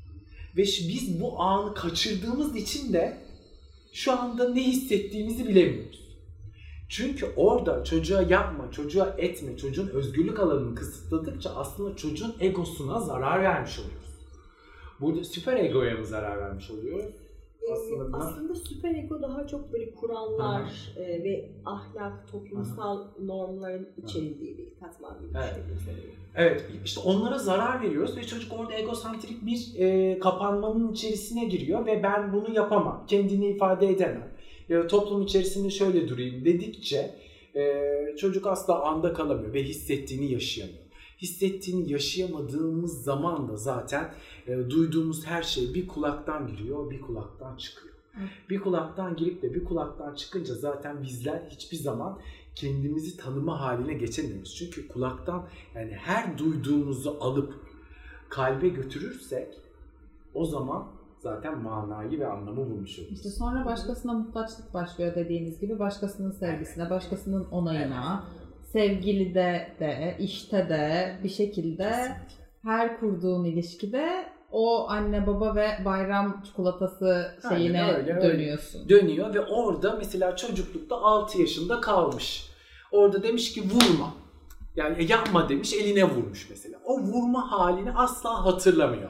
Ve biz bu anı kaçırdığımız için de şu anda ne hissettiğimizi bilemiyoruz. Çünkü orada çocuğa yapma, çocuğa etme, çocuğun özgürlük alanını kısıtladıkça aslında çocuğun egosuna zarar vermiş oluyoruz. Burada süper egoya mı zarar vermiş oluyoruz? Aslında, aslında süper ego daha çok böyle kurallar e, ve ahlak, toplumsal Aha. normların içerildiği bir katman gibi evet. bir şey. Evet, işte onlara zarar veriyoruz ve çocuk orada egosantrik bir e, kapanmanın içerisine giriyor ve ben bunu yapamam, kendini ifade edemem. Ya toplum içerisinde şöyle durayım dedikçe e, çocuk asla anda kalamıyor ve hissettiğini yaşayamıyor. Hissettiğini yaşayamadığımız zaman da zaten e, duyduğumuz her şey bir kulaktan giriyor, bir kulaktan çıkıyor. Hı. Bir kulaktan girip de bir kulaktan çıkınca zaten bizler hiçbir zaman kendimizi tanıma haline geçemiyoruz. Çünkü kulaktan yani her duyduğumuzu alıp kalbe götürürsek o zaman zaten manayı ve anlamı bulmuş oluruz. İşte sonra başkasına muhtaçlık başlıyor dediğiniz gibi, başkasının sevgisine, başkasının onayına, evet. sevgilide de, işte de bir şekilde kesinlikle. Her kurduğun ilişkide o anne baba ve bayram çikolatası şeyine aynen, öyle, dönüyorsun. Öyle. Dönüyor ve orada mesela çocuklukta altı yaşında kalmış. Orada demiş ki vurma. Yani yapma demiş, eline vurmuş mesela. O vurma halini asla hatırlamıyor.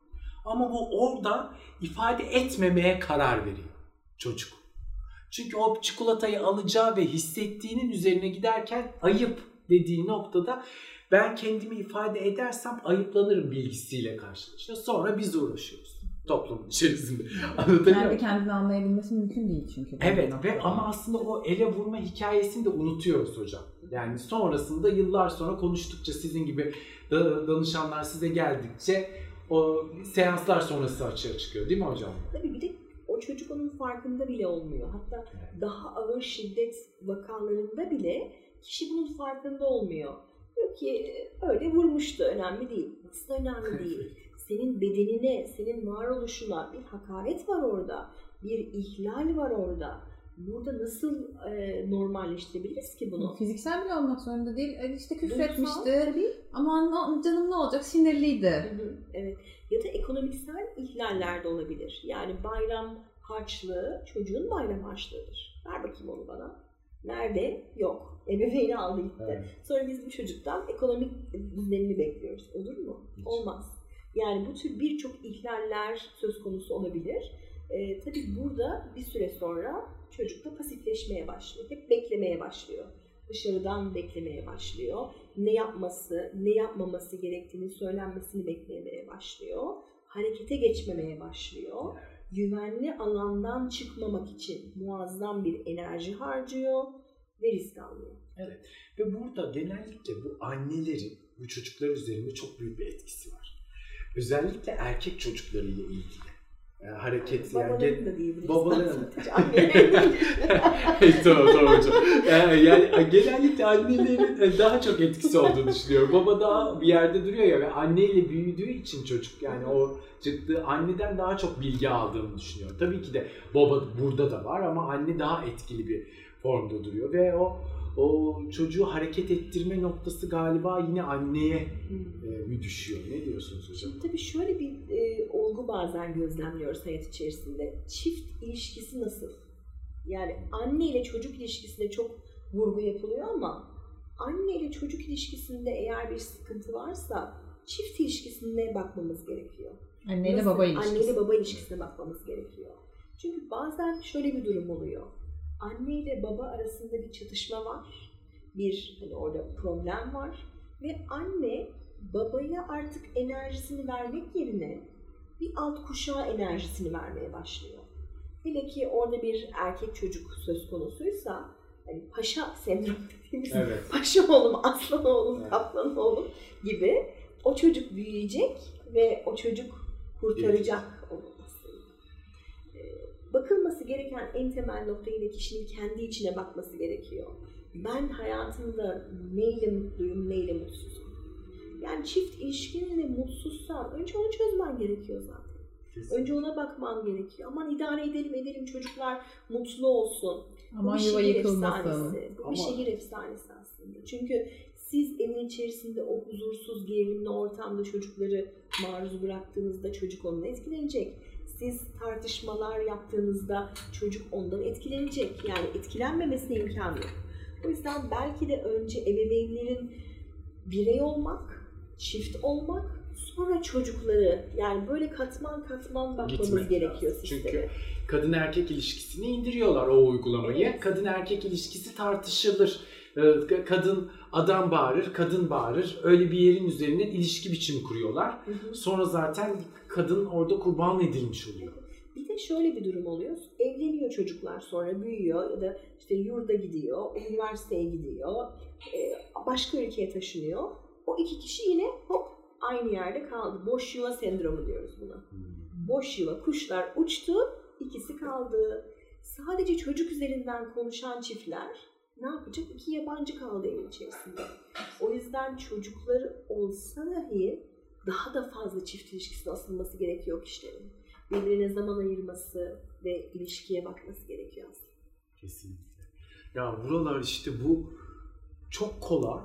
Ama bu orada ifade etmemeye karar veriyor çocuk. Çünkü o çikolatayı alacağı ve hissettiğinin üzerine giderken ayıp dediği noktada ben kendimi ifade edersem ayıplanırım bilgisiyle karşılaşıyor. Sonra biz uğraşıyoruz toplum içerisinde. Kendi kendini anlayabilmesi mümkün değil çünkü. Evet ve ama aslında o ele vurma hikayesini de unutuyoruz hocam. Yani sonrasında yıllar sonra konuştukça sizin gibi danışanlar size geldikçe o seanslar sonrası açığa çıkıyor değil mi hocam? Tabii bir de o çocuk onun farkında bile olmuyor. Hatta evet. daha ağır şiddet vakalarında bile kişi bunun farkında olmuyor. Diyor ki öyle vurmuştu, önemli değil. Nasıl önemli değil? Senin bedenine, senin varoluşuna bir hakaret var orada. Bir ihlal var orada. Burada nasıl e, normalleştirebiliriz ki bunu? Fiziksel bile olmak zorunda değil. İşte küfür etmişti. Aman canım ne olacak? Sinirliydi. Hı hı, evet. Ya da ekonomiksel ihlaller de olabilir. Yani bayram harçlığı çocuğun bayram harçlığıdır. Ver bakayım onu bana. Nerede? Yok. Ebeveyni aldı gitti. Evet. Sonra biz bu çocuktan ekonomik düzenini bekliyoruz. Olur mu? Hiç. Olmaz. Yani bu tür birçok ihlaller söz konusu olabilir. Ee, tabii burada bir süre sonra çocuk da pasifleşmeye başlıyor. Hep beklemeye başlıyor. Dışarıdan beklemeye başlıyor. Ne yapması, ne yapmaması gerektiğini söylenmesini beklemeye başlıyor. Harekete geçmemeye başlıyor. Güvenli alandan çıkmamak için muazzam bir enerji harcıyor ve risk alıyor. Evet. Ve burada genellikle bu annelerin bu çocuklar üzerinde çok büyük bir etkisi var. Özellikle erkek çocuklarıyla ilgili. Yani hareket yani babaların da değil. Babaların. Tamam tamam hocam. Yani, yani genellikle annelerin daha çok etkisi olduğunu düşünüyorum. Baba daha bir yerde duruyor ya ve anneyle büyüdüğü için çocuk yani o çıktığı anneden daha çok bilgi aldığını düşünüyorum. Tabii ki de baba burada da var ama anne daha etkili bir formda duruyor ve o o çocuğu hareket ettirme noktası galiba yine anneye hmm. e, düşüyor. Ne diyorsunuz hocam? Şimdi tabii şöyle bir e, olgu bazen gözlemliyoruz hayat içerisinde. Çift ilişkisi nasıl? Yani anne ile çocuk ilişkisinde çok vurgu yapılıyor ama anne ile çocuk ilişkisinde eğer bir sıkıntı varsa çift ilişkisine bakmamız gerekiyor. Anne ile baba ilişkisi. Anne ile baba ilişkisine bakmamız gerekiyor. Çünkü bazen şöyle bir durum oluyor. Anne ile baba arasında bir çatışma var. Bir hani orada problem var. Ve anne babaya artık enerjisini vermek yerine bir alt kuşağı enerjisini vermeye başlıyor. Hele ki orada bir erkek çocuk söz konusuysa hani paşa sendromu dediğimiz evet. paşa oğlum, aslan oğlum, evet. kaplan oğlum gibi o çocuk büyüyecek ve o çocuk kurtaracak onu aslında. Ee, bakılması gereken en temel nokta yine kişinin kendi içine bakması gerekiyor. Ben hayatımda neyle mutluyum, neyle mutsuzum? Yani çift ilişkinde mutsuzsan önce onu çözmen gerekiyor zaten. Kesinlikle. Önce ona bakman gerekiyor. Aman idare edelim edelim çocuklar mutlu olsun. Aman yuva yıkılmasın. Bu bir şehir efsanesi aslında. Çünkü siz evin içerisinde o huzursuz, gerilimli ortamda çocukları maruz bıraktığınızda çocuk ondan etkilenecek. Siz tartışmalar yaptığınızda çocuk ondan etkilenecek. Yani etkilenmemesine imkan yok. O yüzden belki de önce ebeveynlerin birey olmak, çift olmak, sonra çocukları, yani böyle katman katman bakmamız Gitmek gerekiyor lazım. Çünkü kadın erkek ilişkisini indiriyorlar o uygulamayı. Evet. Kadın erkek ilişkisi tartışılır. Kadın adam bağırır, kadın bağırır. Öyle bir yerin üzerinden ilişki biçimi kuruyorlar. Hı hı. Sonra zaten kadın orada kurban edilmiş oluyor. Bir de şöyle bir durum oluyor. Evleniyor çocuklar, sonra büyüyor ya da işte yurda gidiyor, üniversiteye gidiyor, başka ülkeye taşınıyor. O iki kişi yine hop aynı yerde kaldı. Boş yuva sendromu diyoruz buna. Hmm. Boş yuva, kuşlar uçtu, ikisi kaldı. Sadece çocuk üzerinden konuşan çiftler ne yapacak? İki yabancı kaldı evin içerisinde. O yüzden çocukları olsa dahi daha da fazla çift ilişkisine asılması gerekiyor kişilerin. Birbirine zaman ayırması ve ilişkiye bakması gerekiyor aslında. Kesinlikle. Ya buralar işte bu çok kolay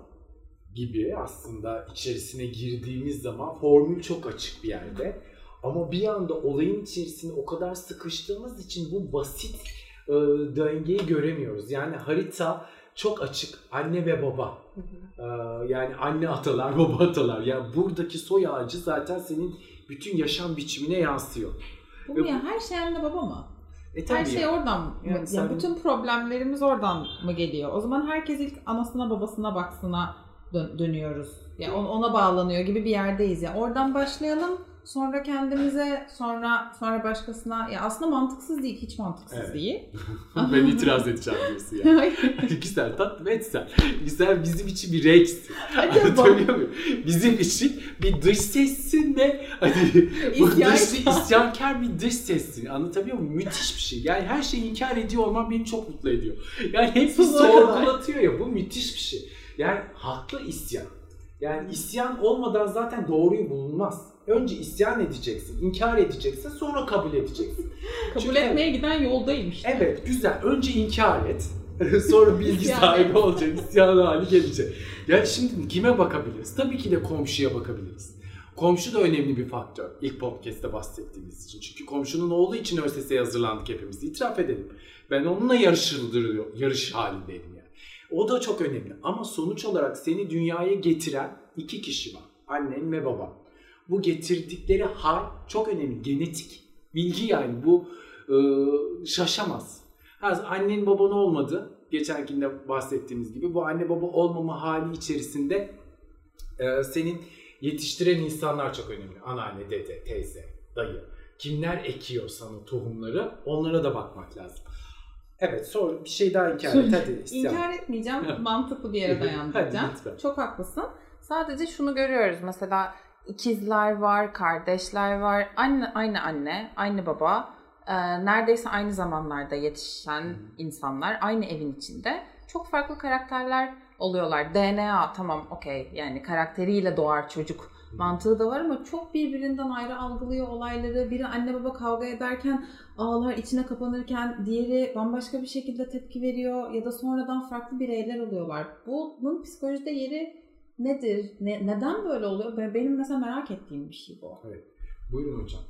gibi aslında içerisine girdiğimiz zaman formül çok açık bir yerde. Ama bir anda olayın içerisine o kadar sıkıştığımız için bu basit e, döngüyü göremiyoruz. Yani harita çok açık. Anne ve baba. Hı hı. E, yani anne atalar, baba atalar. Yani buradaki soy ağacı zaten senin bütün yaşam biçimine yansıyor. Bu mu ya? Her şey anne baba mı? E, her şey ya. oradan mı? Yani sen... ya bütün problemlerimiz oradan mı geliyor? O zaman herkes ilk anasına babasına baksına dön- dönüyoruz. Yani ona bağlanıyor gibi bir yerdeyiz. Yani oradan başlayalım, sonra kendimize, sonra sonra başkasına. Ya aslında mantıksız değil, hiç mantıksız evet. değil. Ben itiraz edeceğim diyorsun ya. Güzel, tatlı ve etsel. Güzel, bizim için bir rex. Anlatabiliyor muyum? Bizim için bir dış sessin ve hani bu dış isyankar bir dış sessin. Anlatabiliyor muyum? Müthiş bir şey. Yani her şeyi inkar ediyor olman beni çok mutlu ediyor. Yani hep bir sorgulatıyor ya. Bu müthiş bir şey. Yani haklı isyan. Yani isyan olmadan zaten doğruyu bulunmaz. Önce isyan edeceksin, inkar edeceksin, sonra kabul edeceksin. kabul Çünkü etmeye evet, giden yoldayım işte. Evet, güzel. Önce inkar et, sonra bilgi sahibi olacak, isyan hali gelecek. Yani şimdi kime bakabiliriz? Tabii ki de komşuya bakabiliriz. Komşu da önemli bir faktör. İlk podcast'te bahsettiğimiz için. Çünkü komşunun oğlu için ÖSS'ye hazırlandık hepimiz. İtiraf edelim. Ben onunla yarışıldır, yarış halindeydim yani. O da çok önemli. Ama sonuç olarak seni dünyaya getiren iki kişi var. Annen ve baban. Bu getirdikleri hal çok önemli. Genetik bilgi yani. Bu e, şaşamaz. Ha, annen baban olmadı. Geçenkinde bahsettiğimiz gibi. Bu anne baba olmama hali içerisinde e, senin yetiştiren insanlar çok önemli. Anneanne, dede, teyze, dayı. Kimler ekiyor sana tohumları? Onlara da bakmak lazım. Evet, sonra bir şey daha inkar et. Hadi isyan. İnkar etmeyeceğim. Mantıklı bir yere dayandıracağım. Çok haklısın. Sadece şunu görüyoruz. Mesela ikizler var, kardeşler var. Aynı, aynı anne, aynı baba. E, neredeyse aynı zamanlarda yetişen hmm. insanlar. Aynı evin içinde. Çok farklı karakterler oluyorlar. D N A tamam okey. Yani karakteriyle doğar çocuk mantığı da var ama çok birbirinden ayrı algılıyor olayları. Biri anne baba kavga ederken ağlar, içine kapanırken diğeri bambaşka bir şekilde tepki veriyor ya da sonradan farklı bireyler oluyorlar. Bunun psikolojide yeri nedir? Ne, neden böyle oluyor? Benim mesela merak ettiğim bir şey bu. Evet. Buyurun hocam.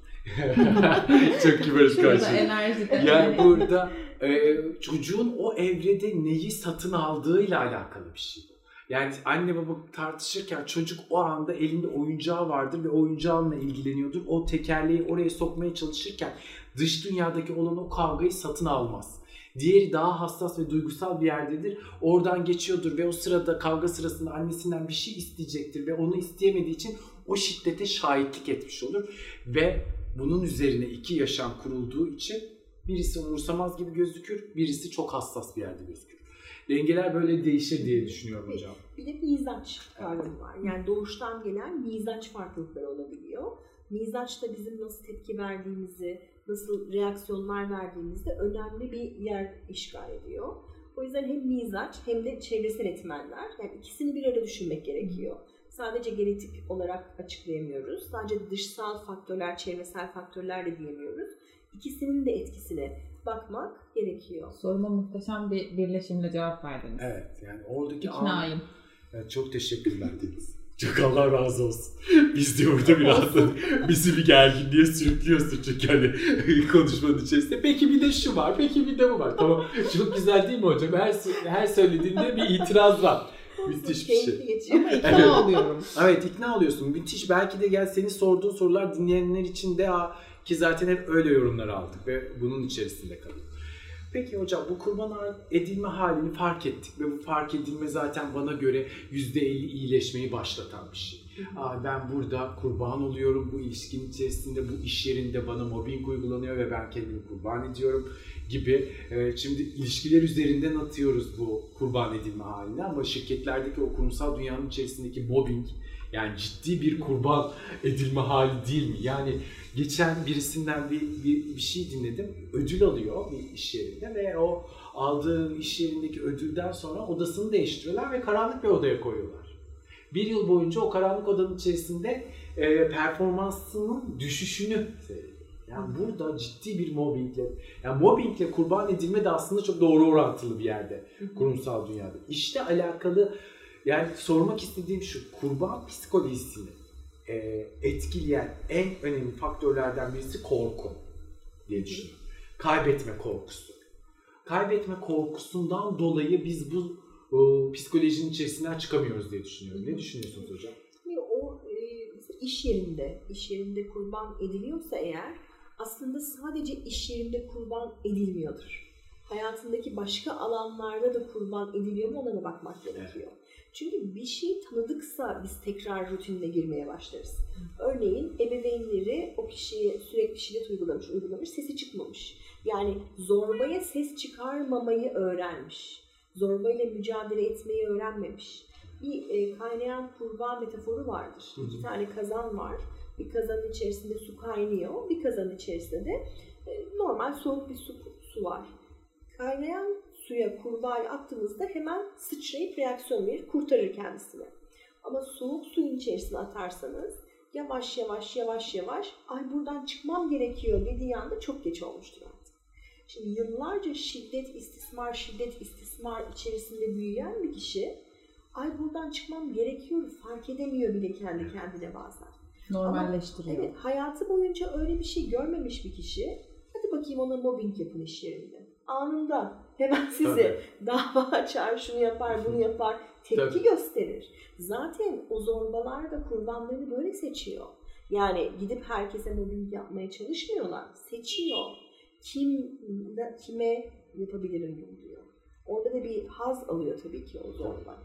Çok kibarız karşıyım. Yani burada e, çocuğun o evrede neyi satın aldığıyla alakalı bir şey bu. Yani anne baba tartışırken çocuk o anda elinde oyuncağı vardır ve oyuncağınla ilgileniyordur. O tekerleği oraya sokmaya çalışırken dış dünyadaki olan o kavgayı satın almaz. Diğeri daha hassas ve duygusal bir yerdedir. Oradan geçiyordur ve o sırada kavga sırasında annesinden bir şey isteyecektir ve onu isteyemediği için o şiddete şahitlik etmiş olur. Ve bunun üzerine iki yaşam kurulduğu için birisi umursamaz gibi gözükür, birisi çok hassas bir yerde gözükür. Dengeler böyle değişir diye düşünüyorum hocam. Bir de mizaç kavramı var. Yani doğuştan gelen mizaç farklılıkları olabiliyor. Mizaç da bizim nasıl tepki verdiğimizi, nasıl reaksiyonlar verdiğimizde önemli bir yer işgal ediyor. O yüzden hem mizaç hem de çevresel etmenler, yani ikisini bir arada düşünmek gerekiyor. Sadece genetik olarak açıklayamıyoruz. Sadece dışsal faktörler, çevresel faktörler de diyemiyoruz. İkisinin de etkisine bakmak gerekiyor. Soruma muhteşem bir birleşimle cevap verdiniz. Evet, yani oradaki İknayım. Evet, çok teşekkürler Deniz. Çok Allah razı olsun. Biz de orada bir rahatladık. Bizi bir gerginliğe sürüklüyorsun çünkü hani konuşmanın içerisinde. Peki bir de şu var, peki bir de bu var. Tamam, çok güzel değil mi hocam? Her, her söylediğinde bir itiraz var. Müthiş bir şey. Ama ikna oluyorum. Evet, ikna oluyorsun. Müthiş. Belki de gel senin sorduğun sorular dinleyenler için de ki zaten hep öyle yorumlar aldık ve bunun içerisinde kalıyor. Peki hocam, bu kurban edilme halini fark ettik ve bu fark edilme zaten bana göre yüzde elli iyileşmeyi başlatan bir şey. Aa, ben burada kurban oluyorum, bu ilişkinin içerisinde, bu iş yerinde bana mobbing uygulanıyor ve ben kendimi kurban ediyorum gibi. Evet, şimdi ilişkiler üzerinden atıyoruz bu kurban edilme halini ama şirketlerdeki o kurumsal dünyanın içerisindeki mobbing, yani ciddi bir kurban edilme hali değil mi? Yani geçen birisinden bir, bir, bir şey dinledim. Ödül alıyor bir iş yerinde ve o aldığı iş yerindeki ödülden sonra odasını değiştiriyorlar ve karanlık bir odaya koyuyorlar. Bir yıl boyunca o karanlık odanın içerisinde e, performansının düşüşünü seyrediyor. Yani burada ciddi bir mobbingle, yani mobbingle kurban edilme de aslında çok doğru orantılı bir yerde kurumsal dünyada. İşte alakalı, yani sormak istediğim şu, kurban psikolojisini e, etkileyen en önemli faktörlerden birisi korku diye düşünüyorum. Kaybetme korkusu. Kaybetme korkusundan dolayı biz bu o, psikolojinin içerisinden çıkamıyoruz diye düşünüyorum. Ne düşünüyorsunuz hocam? O e, iş yerinde, iş yerinde kurban ediliyorsa eğer, aslında sadece iş yerinde kurban edilmiyordur. Hayatındaki başka alanlarda da kurban ediliyor mu, ona da bakmak gerekiyor. Evet. Çünkü bir şey tanıdıksa biz tekrar rutinine girmeye başlarız. Örneğin ebeveynleri o kişiye sürekli şiddet uygulamış, uygulamış, sesi çıkmamış. Yani zorbaya ses çıkarmamayı öğrenmiş. Zorbayla mücadele etmeyi öğrenmemiş. Bir e, kaynayan kurbağa metaforu vardır. Hı hı. İki tane kazan var. Bir kazanın içerisinde su kaynıyor. Bir kazanın içerisinde de e, normal soğuk bir su, su var. Kaynayan suya kurbağayı attığınızda hemen sıçrayıp reaksiyon verir, kurtarır kendisini. Ama soğuk suyun içerisine atarsanız yavaş yavaş yavaş yavaş ay buradan çıkmam gerekiyor dediği anda çok geç olmuştur artık. Şimdi yıllarca şiddet, istismar, şiddet, istismar içerisinde büyüyen bir kişi ay buradan çıkmam gerekiyor fark edemiyor bile kendi kendine bazen. Normalleştiriyor. Ama, evet, hayatı boyunca öyle bir şey görmemiş bir kişi, hadi bakayım ona mobbing yapın iş yerinde. Anında hemen size Tabii. dava açar, şunu yapar, bunu yapar, tepki Tabii. gösterir. Zaten o zorbalar da kurbanlarını böyle seçiyor. Yani gidip herkese mobbing yapmaya çalışmıyorlar. Seçiyor. Kim kime yapabilirim bunu diyor. Orada da bir haz alıyor tabii ki o zorba.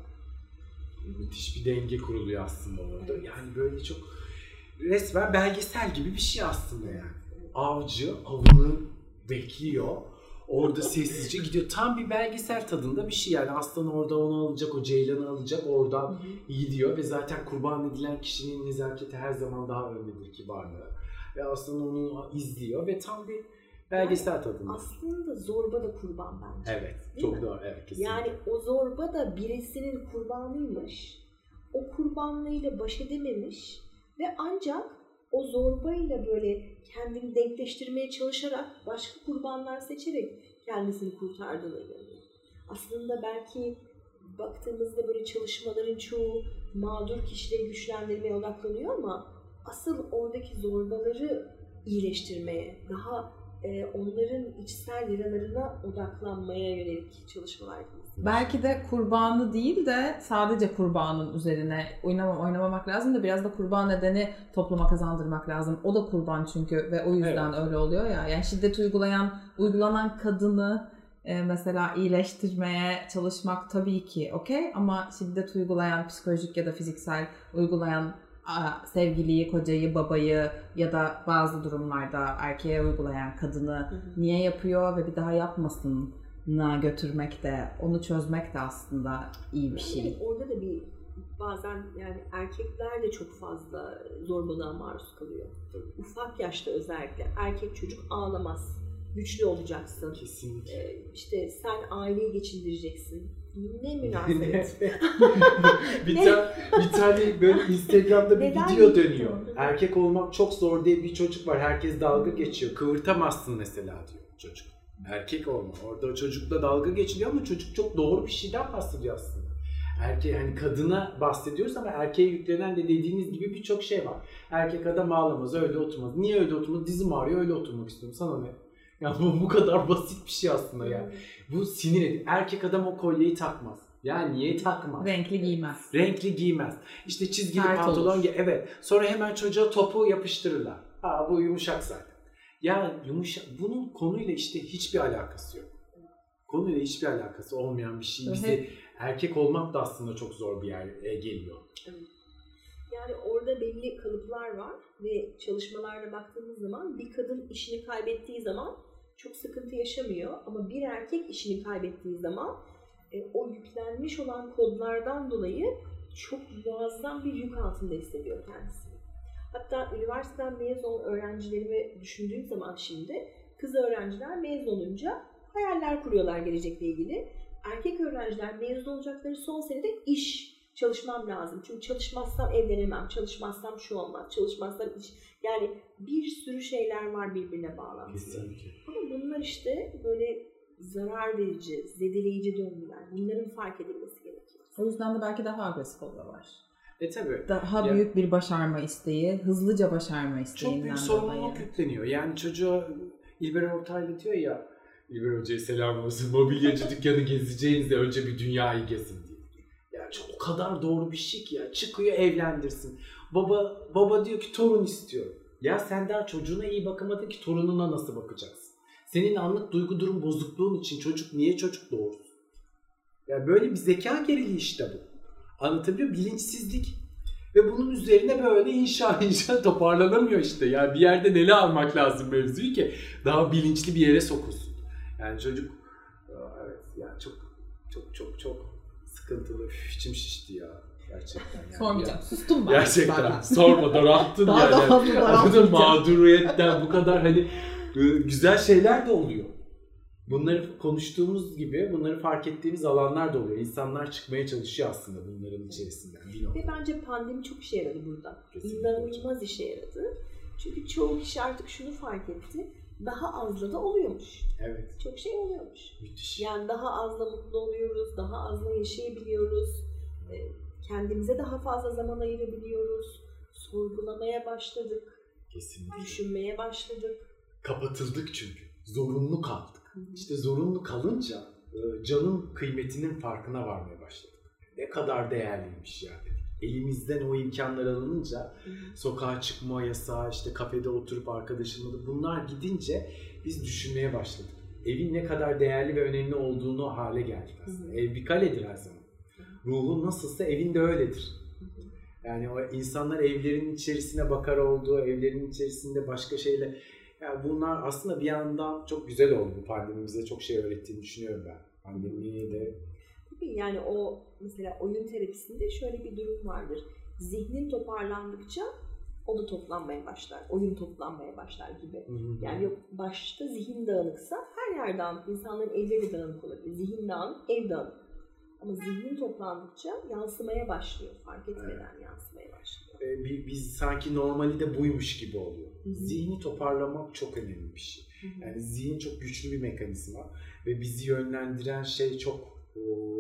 Müthiş bir denge kuruluyor aslında orada. Evet. Yani böyle çok resmen belgesel gibi bir şey aslında yani. Evet. Avcı avını bekliyor. Orada sessizce gidiyor. Tam bir belgesel tadında bir şey yani. Aslan orada onu alacak, o ceylanı alacak, oradan hı hı. gidiyor ve zaten kurban edilen kişinin nezaketi her zaman daha öndedir kibarlığı. Ve aslan onu izliyor ve tam bir belgesel yani tadında. Aslında zorba da kurban bence. Evet, değil çok mi? Doğru. Evet, kesinlikle. Yani o zorba da birisinin kurbanıymış. O kurbanlığıyla baş edememiş ve ancak o zorbayla böyle kendini denkleştirmeye çalışarak başka kurbanlar seçerek kendisini kurtardığına inanıyor. Aslında belki baktığımızda böyle çalışmaların çoğu mağdur kişileri güçlendirmeye odaklanıyor ama asıl oradaki zorbaları iyileştirmeye, daha e, onların içsel yaralarına odaklanmaya yönelik çalışmalar yapıyoruz. Belki de kurbanı değil de sadece kurbanın üzerine oynamam, oynamamak lazım da biraz da kurban nedeni topluma kazandırmak lazım. O da kurban çünkü ve o yüzden evet. öyle oluyor ya. Yani şiddet uygulayan, uygulanan kadını Ee, mesela iyileştirmeye çalışmak tabii ki okey ama şiddet uygulayan, psikolojik ya da fiziksel uygulayan a, sevgiliyi, kocayı, babayı ya da bazı durumlarda erkeğe uygulayan kadını hı hı. niye yapıyor ve bir daha yapmasına götürmek de, onu çözmek de aslında iyi bir şey. Yani orada da bir bazen yani erkekler de çok fazla zorbalığa maruz kalıyor. Ufak yaşta özellikle erkek çocuk ağlamaz. Güçlü olacaksın. Kesinlikle. Ee, işte sen aileyi geçindireceksin. Ne münasebet. bir, ta- bir tane böyle Instagram'da bir Neden video dönüyor. Erkek olmak çok zor diye bir çocuk var. Herkes dalga geçiyor. Kıvırtamazsın mesela diyor çocuk. Erkek olma. Orada çocukla dalga geçiliyor ama çocuk çok doğru bir şeyden bahsediyor aslında. Erkeğe, hani kadına bahsediyoruz ama erkeğe yüklenen de dediğiniz gibi birçok şey var. Erkek adam ağlamaz, öyle oturmaz. Niye öyle oturmaz? Dizim ağrıyor, öyle oturmak istiyorum. Sana ne? Ya bu bu kadar basit bir şey aslında ya. Bu sinir ediyor. Erkek adam o kolyeyi takmaz. Ya niye takmaz? Renkli giymez. Renkli giymez. İşte çizgili Sert pantolon giy. Evet. Sonra hemen çocuğa topu yapıştırırlar. Ha bu yumuşak zaten. Ya yumuşak. Bunun konuyla işte hiçbir alakası yok. Konuyla hiçbir alakası olmayan bir şey. Bize evet. Erkek olmak da aslında çok zor bir yere geliyor. Yani orada belli kalıplar var ve çalışmalarda baktığımız zaman bir kadın işini kaybettiği zaman çok sıkıntı yaşamıyor ama bir erkek işini kaybettiği zaman e, o yüklenmiş olan kodlardan dolayı çok muazzam bir yük altında hissediyor kendisini. Hatta üniversiteden mezun olan öğrencilerimi düşündüğüm zaman şimdi kız öğrenciler mezun olunca hayaller kuruyorlar gelecekle ilgili. Erkek öğrenciler mezun olacakları son senede iş çalışmam lazım. Çünkü çalışmazsam evlenemem, çalışmazsam şu olmaz, çalışmazsam iş. Yani bir sürü şeyler var birbirine bağlantılı. Kesinlikle. Ama bunlar işte böyle zarar verici, zedeleyici döngüler. Bunların fark edilmesi gerekiyor. O yüzden de belki daha agresif oluyorlar. E tabii. Daha ya, büyük bir başarma isteği, hızlıca başarma isteğinden çok büyük sorumluluk yükleniyor. Yani çocuğa İlber Ortaylı diyor ya, İlber Hoca'ya selam olsun, mobilyacı dükkanı gezeceğinizde önce bir dünyayı gezin diye. Yani çok, o kadar doğru bir şey ki ya. Çıkıyor evlendirsin. Baba baba diyor ki torun istiyor. Ya sen daha çocuğuna iyi bakamadın ki torununa nasıl bakacaksın? Senin anlık duygu durum bozukluğun için çocuk niye çocuk doğursun? Yani böyle bir zeka geriliği işte bu. Anlatabiliyor muyum? Bilinçsizlik. Ve bunun üzerine böyle inşa inşa toparlanamıyor işte. Yani bir yerde ele almak lazım mevzuyu ki daha bilinçli bir yere sokulsun. Yani çocuk evet yani çok çok çok çok sıkıntılı. Üf, içim şişti ya. Gerçekten yani. Sormayacağım. Ya. Sustum ben. Gerçekten. Zaten. Sorma daralttın yani. Daha da mağduriyetten bu kadar hani güzel şeyler de oluyor. Bunları konuştuğumuz gibi bunları fark ettiğimiz alanlar da oluyor. İnsanlar çıkmaya çalışıyor aslında bunların içerisinden. Ve bence pandemi çok işe yaradı burada. İnanılmaz işe yaradı. Çünkü çoğu kişi artık şunu fark etti. Daha azla da oluyormuş. Evet. Çok şey oluyormuş. Müthiş. Yani daha azla mutlu oluyoruz, daha azla yaşayabiliyoruz. Kendimize daha fazla zaman ayırabiliyoruz. Sorgulamaya başladık. Kesinlikle. Düşünmeye başladık. Kapatıldık çünkü. Zorunlu kaldık. Hı hı. İşte zorunlu kalınca canın kıymetinin farkına varmaya başladık. Ne kadar değerliymiş yani. Elimizden o imkanlar alınınca hı hı. sokağa çıkma yasağı, işte kafede oturup arkadaşımla bunlar gidince biz düşünmeye başladık. Evin ne kadar değerli ve önemli olduğunu hale geldik aslında. Hı hı. Ev bir kaledir her zaman. Ruhun nasılsa evin de öyledir. Yani o insanlar evlerinin içerisine bakar olduğu, evlerinin içerisinde başka şeyle... Yani bunlar aslında bir yandan çok güzel oldu. Bu pandemi bize çok şey öğrettiğini düşünüyorum ben. Pandemiye de... Tabii yani o mesela oyun terapisinde şöyle bir durum vardır. Zihnin toparlandıkça o da toplanmaya başlar. Oyun toplanmaya başlar gibi. Hı hı. Yani yok başta zihin dağınıksa her yer dağınık. İnsanların evleri dağınık olabilir. Zihin dağınık, ev dağınık. Ama zihnin toplandıkça yansımaya başlıyor. Fark etmeden evet. yansımaya başlıyor. Ee, biz sanki normali de buymuş gibi oluyor. Hı-hı. Zihni toparlamak çok önemli bir şey. Hı-hı. Yani zihin çok güçlü bir mekanizma. Ve bizi yönlendiren şey çok o,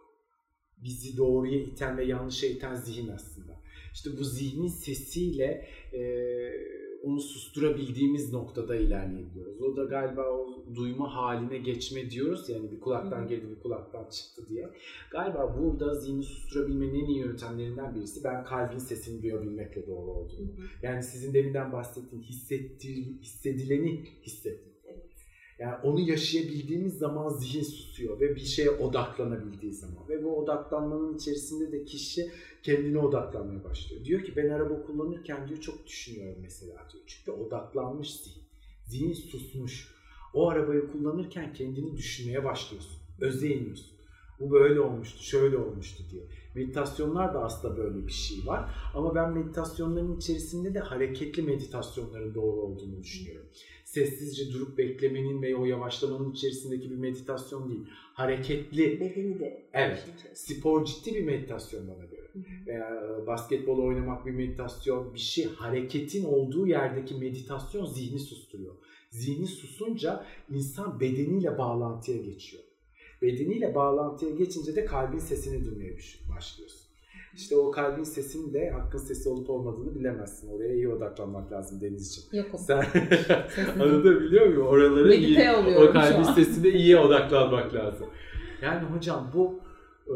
bizi doğruya iten ve yanlışa iten zihin aslında. İşte bu zihnin sesiyle e, onu susturabildiğimiz noktada ilerleyebiliyoruz. O da galiba o duyma haline geçme diyoruz. Yani bir kulaktan girdi, bir kulaktan çıktı diye. Galiba burada zihni susturabilmenin en iyi yöntemlerinden birisi ben kalbin sesini duyabilmekle doğru olduğunu. Yani sizin deminden bahsettiğim hissettir, hissedileni hissetmek. Yani onu yaşayabildiğimiz zaman zihin susuyor ve bir şeye odaklanabildiği zaman. Ve bu odaklanmanın içerisinde de kişi kendine odaklanmaya başlıyor. Diyor ki ben araba kullanırken diyor çok düşünüyorum mesela diyor. Çünkü odaklanmış zihin. Zihin susmuş. O arabayı kullanırken kendini düşünmeye başlıyorsun. Öze iniyorsun. Bu böyle olmuştu, şöyle olmuştu diye. Meditasyonlar da aslında böyle bir şey var. Ama ben meditasyonların içerisinde de hareketli meditasyonların doğru olduğunu düşünüyorum. Sessizce durup beklemenin ve o yavaşlamanın içerisindeki bir meditasyon değil. Hareketli. Bedeni de. Evet. Spor ciddi bir meditasyon bana göre. Hı hı. Veya basketbol oynamak bir meditasyon. Bir şey hareketin olduğu yerdeki meditasyon zihni susturuyor. Zihni susunca insan bedeniyle bağlantıya geçiyor. Bedeniyle bağlantıya geçince de kalbin sesini duymaya başlıyorsun. İşte o kalbin sesinin de hakkın sesi olup olmadığını bilemezsin. Oraya iyi odaklanmak lazım Denizciğim. Yokum. Sen anlatabiliyor muyum? Oralara iyi, o kalbin sesine iyi odaklanmak lazım. Yani hocam bu e,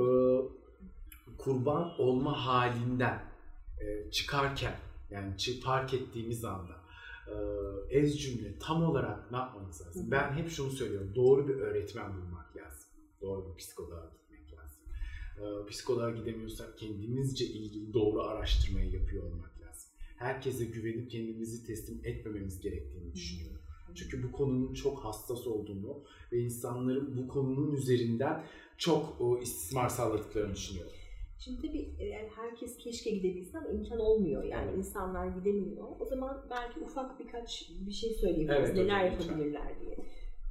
kurban olma halinden e, çıkarken, yani fark ettiğimiz anda e, ez cümle tam olarak ne yapmamız lazım? Ben hep şunu söylüyorum. Doğru bir öğretmen bulmak lazım. Doğru bir psikoloğa gitmek lazım. Ee, psikoloğa gidemiyorsak kendimizce ilgili doğru araştırmayı yapıyor olmak lazım. Herkese güvenip kendimizi teslim etmememiz gerektiğini düşünüyorum. Çünkü bu konunun çok hassas olduğunu ve insanların bu konunun üzerinden çok o, istismar sağladıklarını düşünüyorum. Şimdi tabii yani herkes keşke gidebilse ama imkan olmuyor. Yani evet. insanlar gidemiyor. O zaman belki ufak birkaç bir şey söyleyebiliriz. Evet, neler yapabilirler lütfen. diye.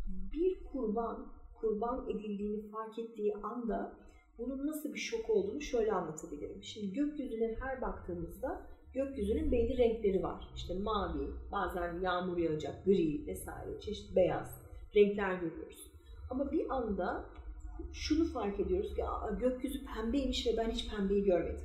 Bir kurban kurban edildiğini fark ettiği anda bunun nasıl bir şok olduğunu şöyle anlatabilirim. Şimdi gökyüzüne her baktığımızda gökyüzünün belli renkleri var. İşte mavi, bazen yağmur yağacak, gri vesaire, çeşitli beyaz renkler görüyoruz. Ama bir anda şunu fark ediyoruz ki gökyüzü pembeymiş ve ben hiç pembeyi görmedim.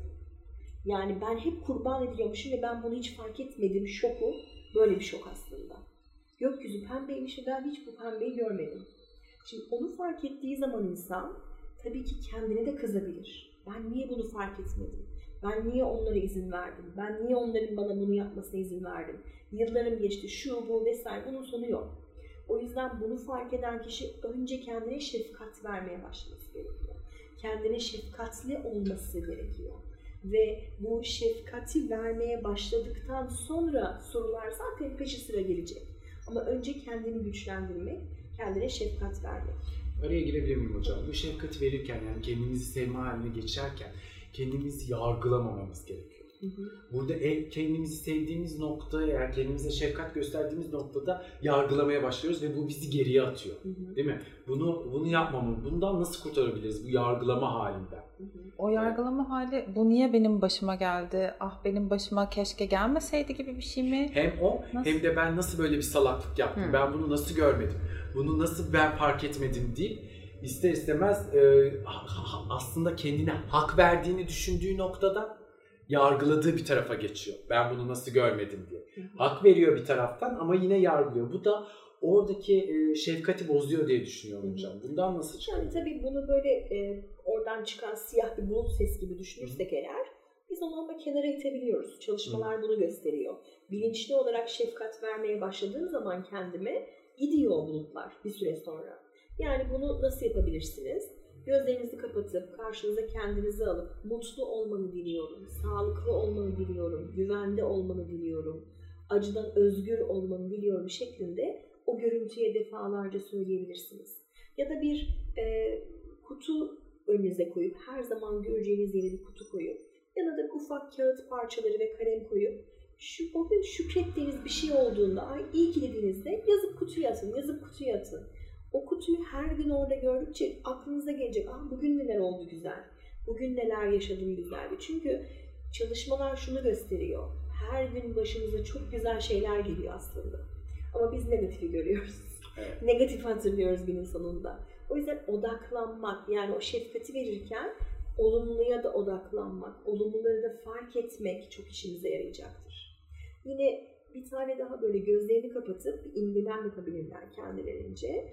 Yani ben hep kurban ediliyormuşum ve ben bunu hiç fark etmedim şoku böyle bir şok aslında. Gökyüzü pembeymiş ve ben hiç bu pembeyi görmedim. Şimdi onu fark ettiği zaman insan tabii ki kendine de kızabilir. Ben niye bunu fark etmedim? Ben niye onlara izin verdim? Ben niye onların bana bunu yapmasına izin verdim? Yıllarım geçti, şu bu vesaire, bunun sonu yok. O yüzden bunu fark eden kişi önce kendine şefkat vermeye başlaması gerekiyor. Kendine şefkatli olması gerekiyor. Ve bu şefkati vermeye başladıktan sonra sorular zaten peşi sıra gelecek. Ama önce kendini güçlendirmek, kendine şefkat vermek. Araya girebilir miyim hocam? Bu şefkati verirken, yani kendimizi sevme haline geçerken kendimizi yargılamamamız gerekiyor. Hı hı. Burada el, kendimizi sevdiğimiz nokta, eğer kendimize şefkat gösterdiğimiz noktada yargılamaya başlıyoruz ve bu bizi geriye atıyor. Hı hı. Değil mi? Bunu bunu yapmamamız, bundan nasıl kurtarabiliriz bu yargılama halinden? Hı hı. O yargılama hali, bu niye benim başıma geldi, ah benim başıma keşke gelmeseydi gibi bir şey mi? Hem o nasıl? Hem de ben nasıl böyle bir salaklık yaptım, hı. ben bunu nasıl görmedim, bunu nasıl ben fark etmedim deyip ister istemez e, aslında kendine hak verdiğini düşündüğü noktada yargıladığı bir tarafa geçiyor. Ben bunu nasıl görmedim diye. Hı hı. Hak veriyor bir taraftan ama yine yargılıyor. Bu da oradaki e, şefkati bozuyor diye düşünüyorum hocam. Bundan nasıl çıkıyor? Yani tabii bunu böyle e, oradan çıkan siyah bir bulut ses gibi düşünürsek hı. eğer biz onu ama kenara itebiliyoruz. Çalışmalar hı. bunu gösteriyor. Bilinçli olarak şefkat vermeye başladığım zaman kendime gidiyor o bulutlar bir süre sonra. Yani bunu nasıl yapabilirsiniz? Gözlerinizi kapatıp karşınıza kendinizi alıp mutlu olmanı diliyorum, sağlıklı olmanı diliyorum, güvende olmanı diliyorum, acıdan özgür olmanı diliyorum şeklinde o görüntüye defalarca söyleyebilirsiniz. Ya da bir e, kutu önünüze koyup, her zaman göreceğiniz yere bir kutu koyup, yanına da ufak kağıt parçaları ve kalem koyup, şu, o gün şükrettiğiniz bir şey olduğunda, ay iyi ki dediğinizde yazıp kutuya atın, yazıp kutuya atın. O kutuyu her gün orada gördükçe aklınıza gelecek, ah bugün neler oldu güzel, bugün neler yaşadım güzeldi. Çünkü çalışmalar şunu gösteriyor, her gün başımıza çok güzel şeyler geliyor aslında. Ama biz negatifi görüyoruz, evet. Negatif hatırlıyoruz günün sonunda. O yüzden odaklanmak, yani o şefkati verirken olumluya da odaklanmak, olumluları da fark etmek çok işimize yarayacaktır. Yine bir tane daha böyle gözlerini kapatıp imgelem yapabilirler kendilerince.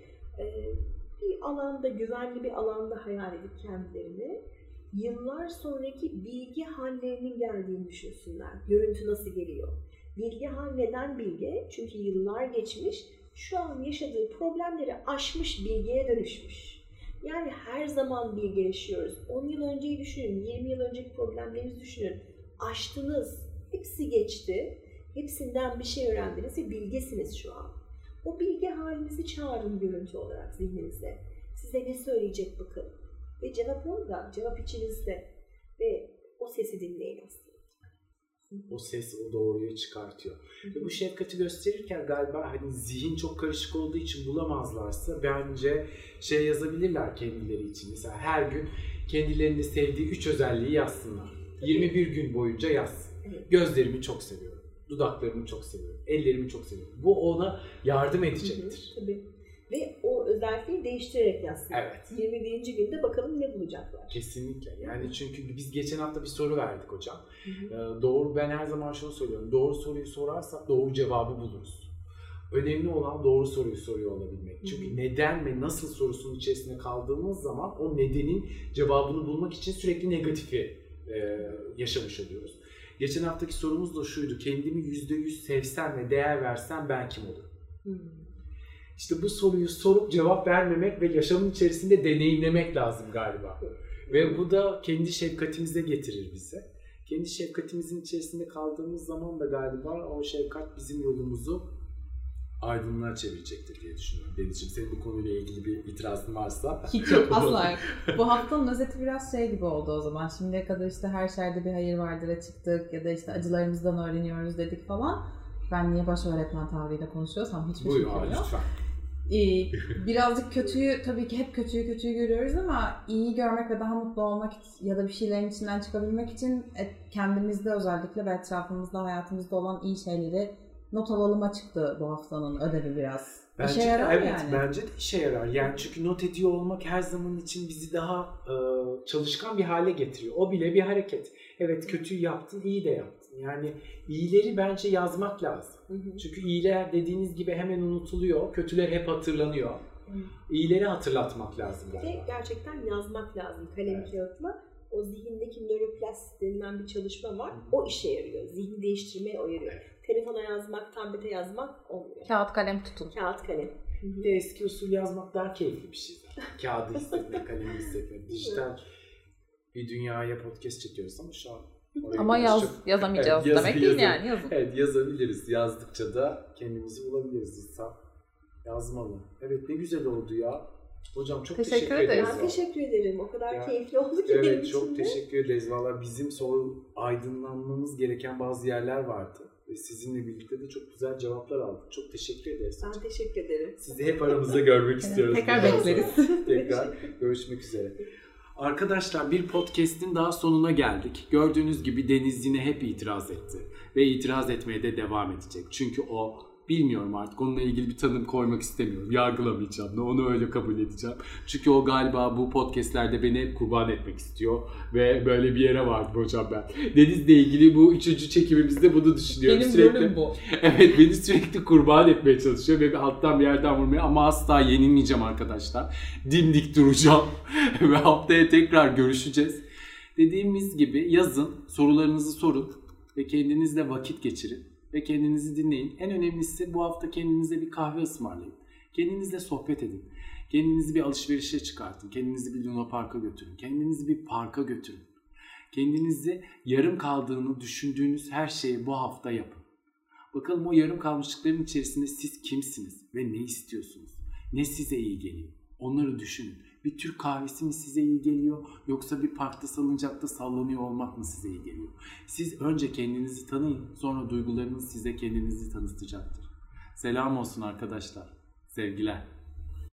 Bir alanda, güvenli bir alanda hayal edip kendilerini yıllar sonraki bilgi hallerinin geldiğini düşünsünler. Görüntü nasıl geliyor? Bilgi hal neden bilgi? Çünkü yıllar geçmiş, şu an yaşadığı problemleri aşmış, bilgiye dönüşmüş. Yani her zaman bilgi yaşıyoruz. on yıl önceyi düşünün, yirmi yıl önceki problemlerinizi düşünün. Aştınız, hepsi geçti. Hepsinden bir şey öğrendiniz ve bilgesiniz şu an. O bilgi halinizi çağırın görüntü olarak zihninize. Size ne söyleyecek bakın. Ve cevap orada, cevap içinizde. Ve o sesi dinleyin aslında. O ses o doğruyu çıkartıyor. Ve bu şefkati gösterirken galiba hani zihin çok karışık olduğu için bulamazlarsa bence şey yazabilirler kendileri için. Mesela her gün kendilerinde sevdiği üç özelliği yazsınlar. yirmi bir gün boyunca yazsın. Evet. Gözlerimi çok seviyorum. Dudaklarımı çok seviyorum. Ellerimi çok seviyorum. Bu ona yardım edecektir. Hı hı, tabii. Ve o özelliği değiştirerek yazsın. Evet. yirmi birinci günde bakalım ne bulacaklar. Kesinlikle. Yani çünkü biz geçen hafta bir soru verdik hocam. Hı hı. Ee, doğru, ben her zaman şunu söylüyorum. Doğru soruyu sorarsak doğru cevabı buluruz. Önemli olan doğru soruyu soruyor olabilmek. Hı hı. Çünkü neden ve nasıl sorusunun içerisinde kaldığımız zaman o nedenin cevabını bulmak için sürekli negatifi e, yaşamış oluyoruz. Geçen haftaki sorumuz da şuydu. Kendimi yüzde yüz sevsem ve değer versem ben kim olurum? Hmm. İşte bu soruyu sorup cevap vermemek ve yaşamın içerisinde deneyimlemek lazım galiba. Hmm. Ve bu da kendi şefkatimize getirir bize. Kendi şefkatimizin içerisinde kaldığımız zaman da galiba o şefkat bizim yolumuzu aydınlığa çevirecektir diye düşünüyorum. Denizciğim, senin bu konuyla ilgili bir itirazın varsa. Hiç yok, asla. Bu haftanın özeti biraz şey gibi oldu o zaman. Şimdiye kadar işte her şerde bir hayır vardır'a çıktık ya da işte acılarımızdan öğreniyoruz dedik falan. Ben niye baş öğretmen tavrıyla konuşuyorsam hiçbir şey yok. Lütfen. Ee, birazcık kötüyü, tabii ki hep kötüyü kötüyü görüyoruz ama iyiyi görmek ve daha mutlu olmak ya da bir şeylerin içinden çıkabilmek için kendimizde özellikle ve etrafımızda, hayatımızda olan iyi şeyleri not alalıma çıktı bu haftanın ödevi biraz. Bence, işe yarar evet, yani. Bence de işe yarar. Yani çünkü not ediyor olmak her zaman için bizi daha e, çalışkan bir hale getiriyor. O bile bir hareket. Evet, kötüyü yaptın, iyi de yaptın. Yani iyileri bence yazmak lazım. Hı hı. Çünkü iyiler dediğiniz gibi hemen unutuluyor. Kötüler hep hatırlanıyor. Hı. İyileri hatırlatmak lazım galiba. Ve gerçekten yazmak lazım kalem evet. kağıtla. O zihindeki nöroplastik denilen bir çalışma var. Hı. O işe yarıyor. Zihni değiştirmeye o yarıyor. Evet. Telefona yazmak, tablete yazmak olmuyor. Kağıt kalem tutun. Kağıt kalem. Bir de eski usul yazmak daha keyifli bir şey zaten. Kağıdı hissetmek, kalemi hissetmek. Dijital bir dünyaya podcast çekiyoruz ama şu an ama yaz, çok... yazamayacağız evet, yaz, demek değil yani. Yazın. Evet, yazabiliriz. Yazdıkça da kendimizi bulabiliriz. İnsan yazmalı. Evet, ne güzel oldu ya. Hocam çok teşekkür, teşekkür ederiz. Ben teşekkür ederim. O kadar ya, keyifli oldu ki evet, benim için çok teşekkür ederiz. Valla bizim sonra aydınlanmamız gereken bazı yerler vardı. Ve sizinle birlikte de çok güzel cevaplar aldık. Çok teşekkür ederiz. Ben teşekkür ederim. Sizi hep aramızda görmek istiyoruz. Tekrar bekleriz. Tekrar görüşmek üzere. Arkadaşlar, bir podcast'in daha sonuna geldik. Gördüğünüz gibi Deniz yine hep itiraz etti. Ve itiraz etmeye de devam edecek. Çünkü o, bilmiyorum artık, onunla ilgili bir tanım koymak istemiyorum. Yargılamayacağım da onu öyle kabul edeceğim. Çünkü o galiba bu podcastlerde beni hep kurban etmek istiyor. Ve böyle bir yere vardım hocam ben. Deniz'le ilgili bu üçüncü çekimimizde bunu düşünüyorum. Benim sürekli, rolüm bu. Evet, beni sürekli kurban etmeye çalışıyor ve alttan bir yerden vurmaya, ama asla yenilmeyeceğim arkadaşlar. Dimdik duracağım ve haftaya tekrar görüşeceğiz. Dediğimiz gibi yazın, sorularınızı sorun ve kendinizle vakit geçirin. Ve kendinizi dinleyin. En önemlisi bu hafta kendinize bir kahve ısmarlayın. Kendinizle sohbet edin. Kendinizi bir alışverişe çıkartın. Kendinizi bir Luna Park'a götürün. Kendinizi bir parka götürün. Kendinizi yarım kaldığını düşündüğünüz her şeyi bu hafta yapın. Bakalım o yarım kalmışlıkların içerisinde siz kimsiniz ve ne istiyorsunuz? Ne size iyi geliyor? Onları düşünün. Bir Türk kahvesi mi size iyi geliyor, yoksa bir parkta salıncakta sallanıyor olmak mı size iyi geliyor? Siz önce kendinizi tanıyın, sonra duygularınız size kendinizi tanıtacaktır. Selam olsun arkadaşlar. Sevgiler.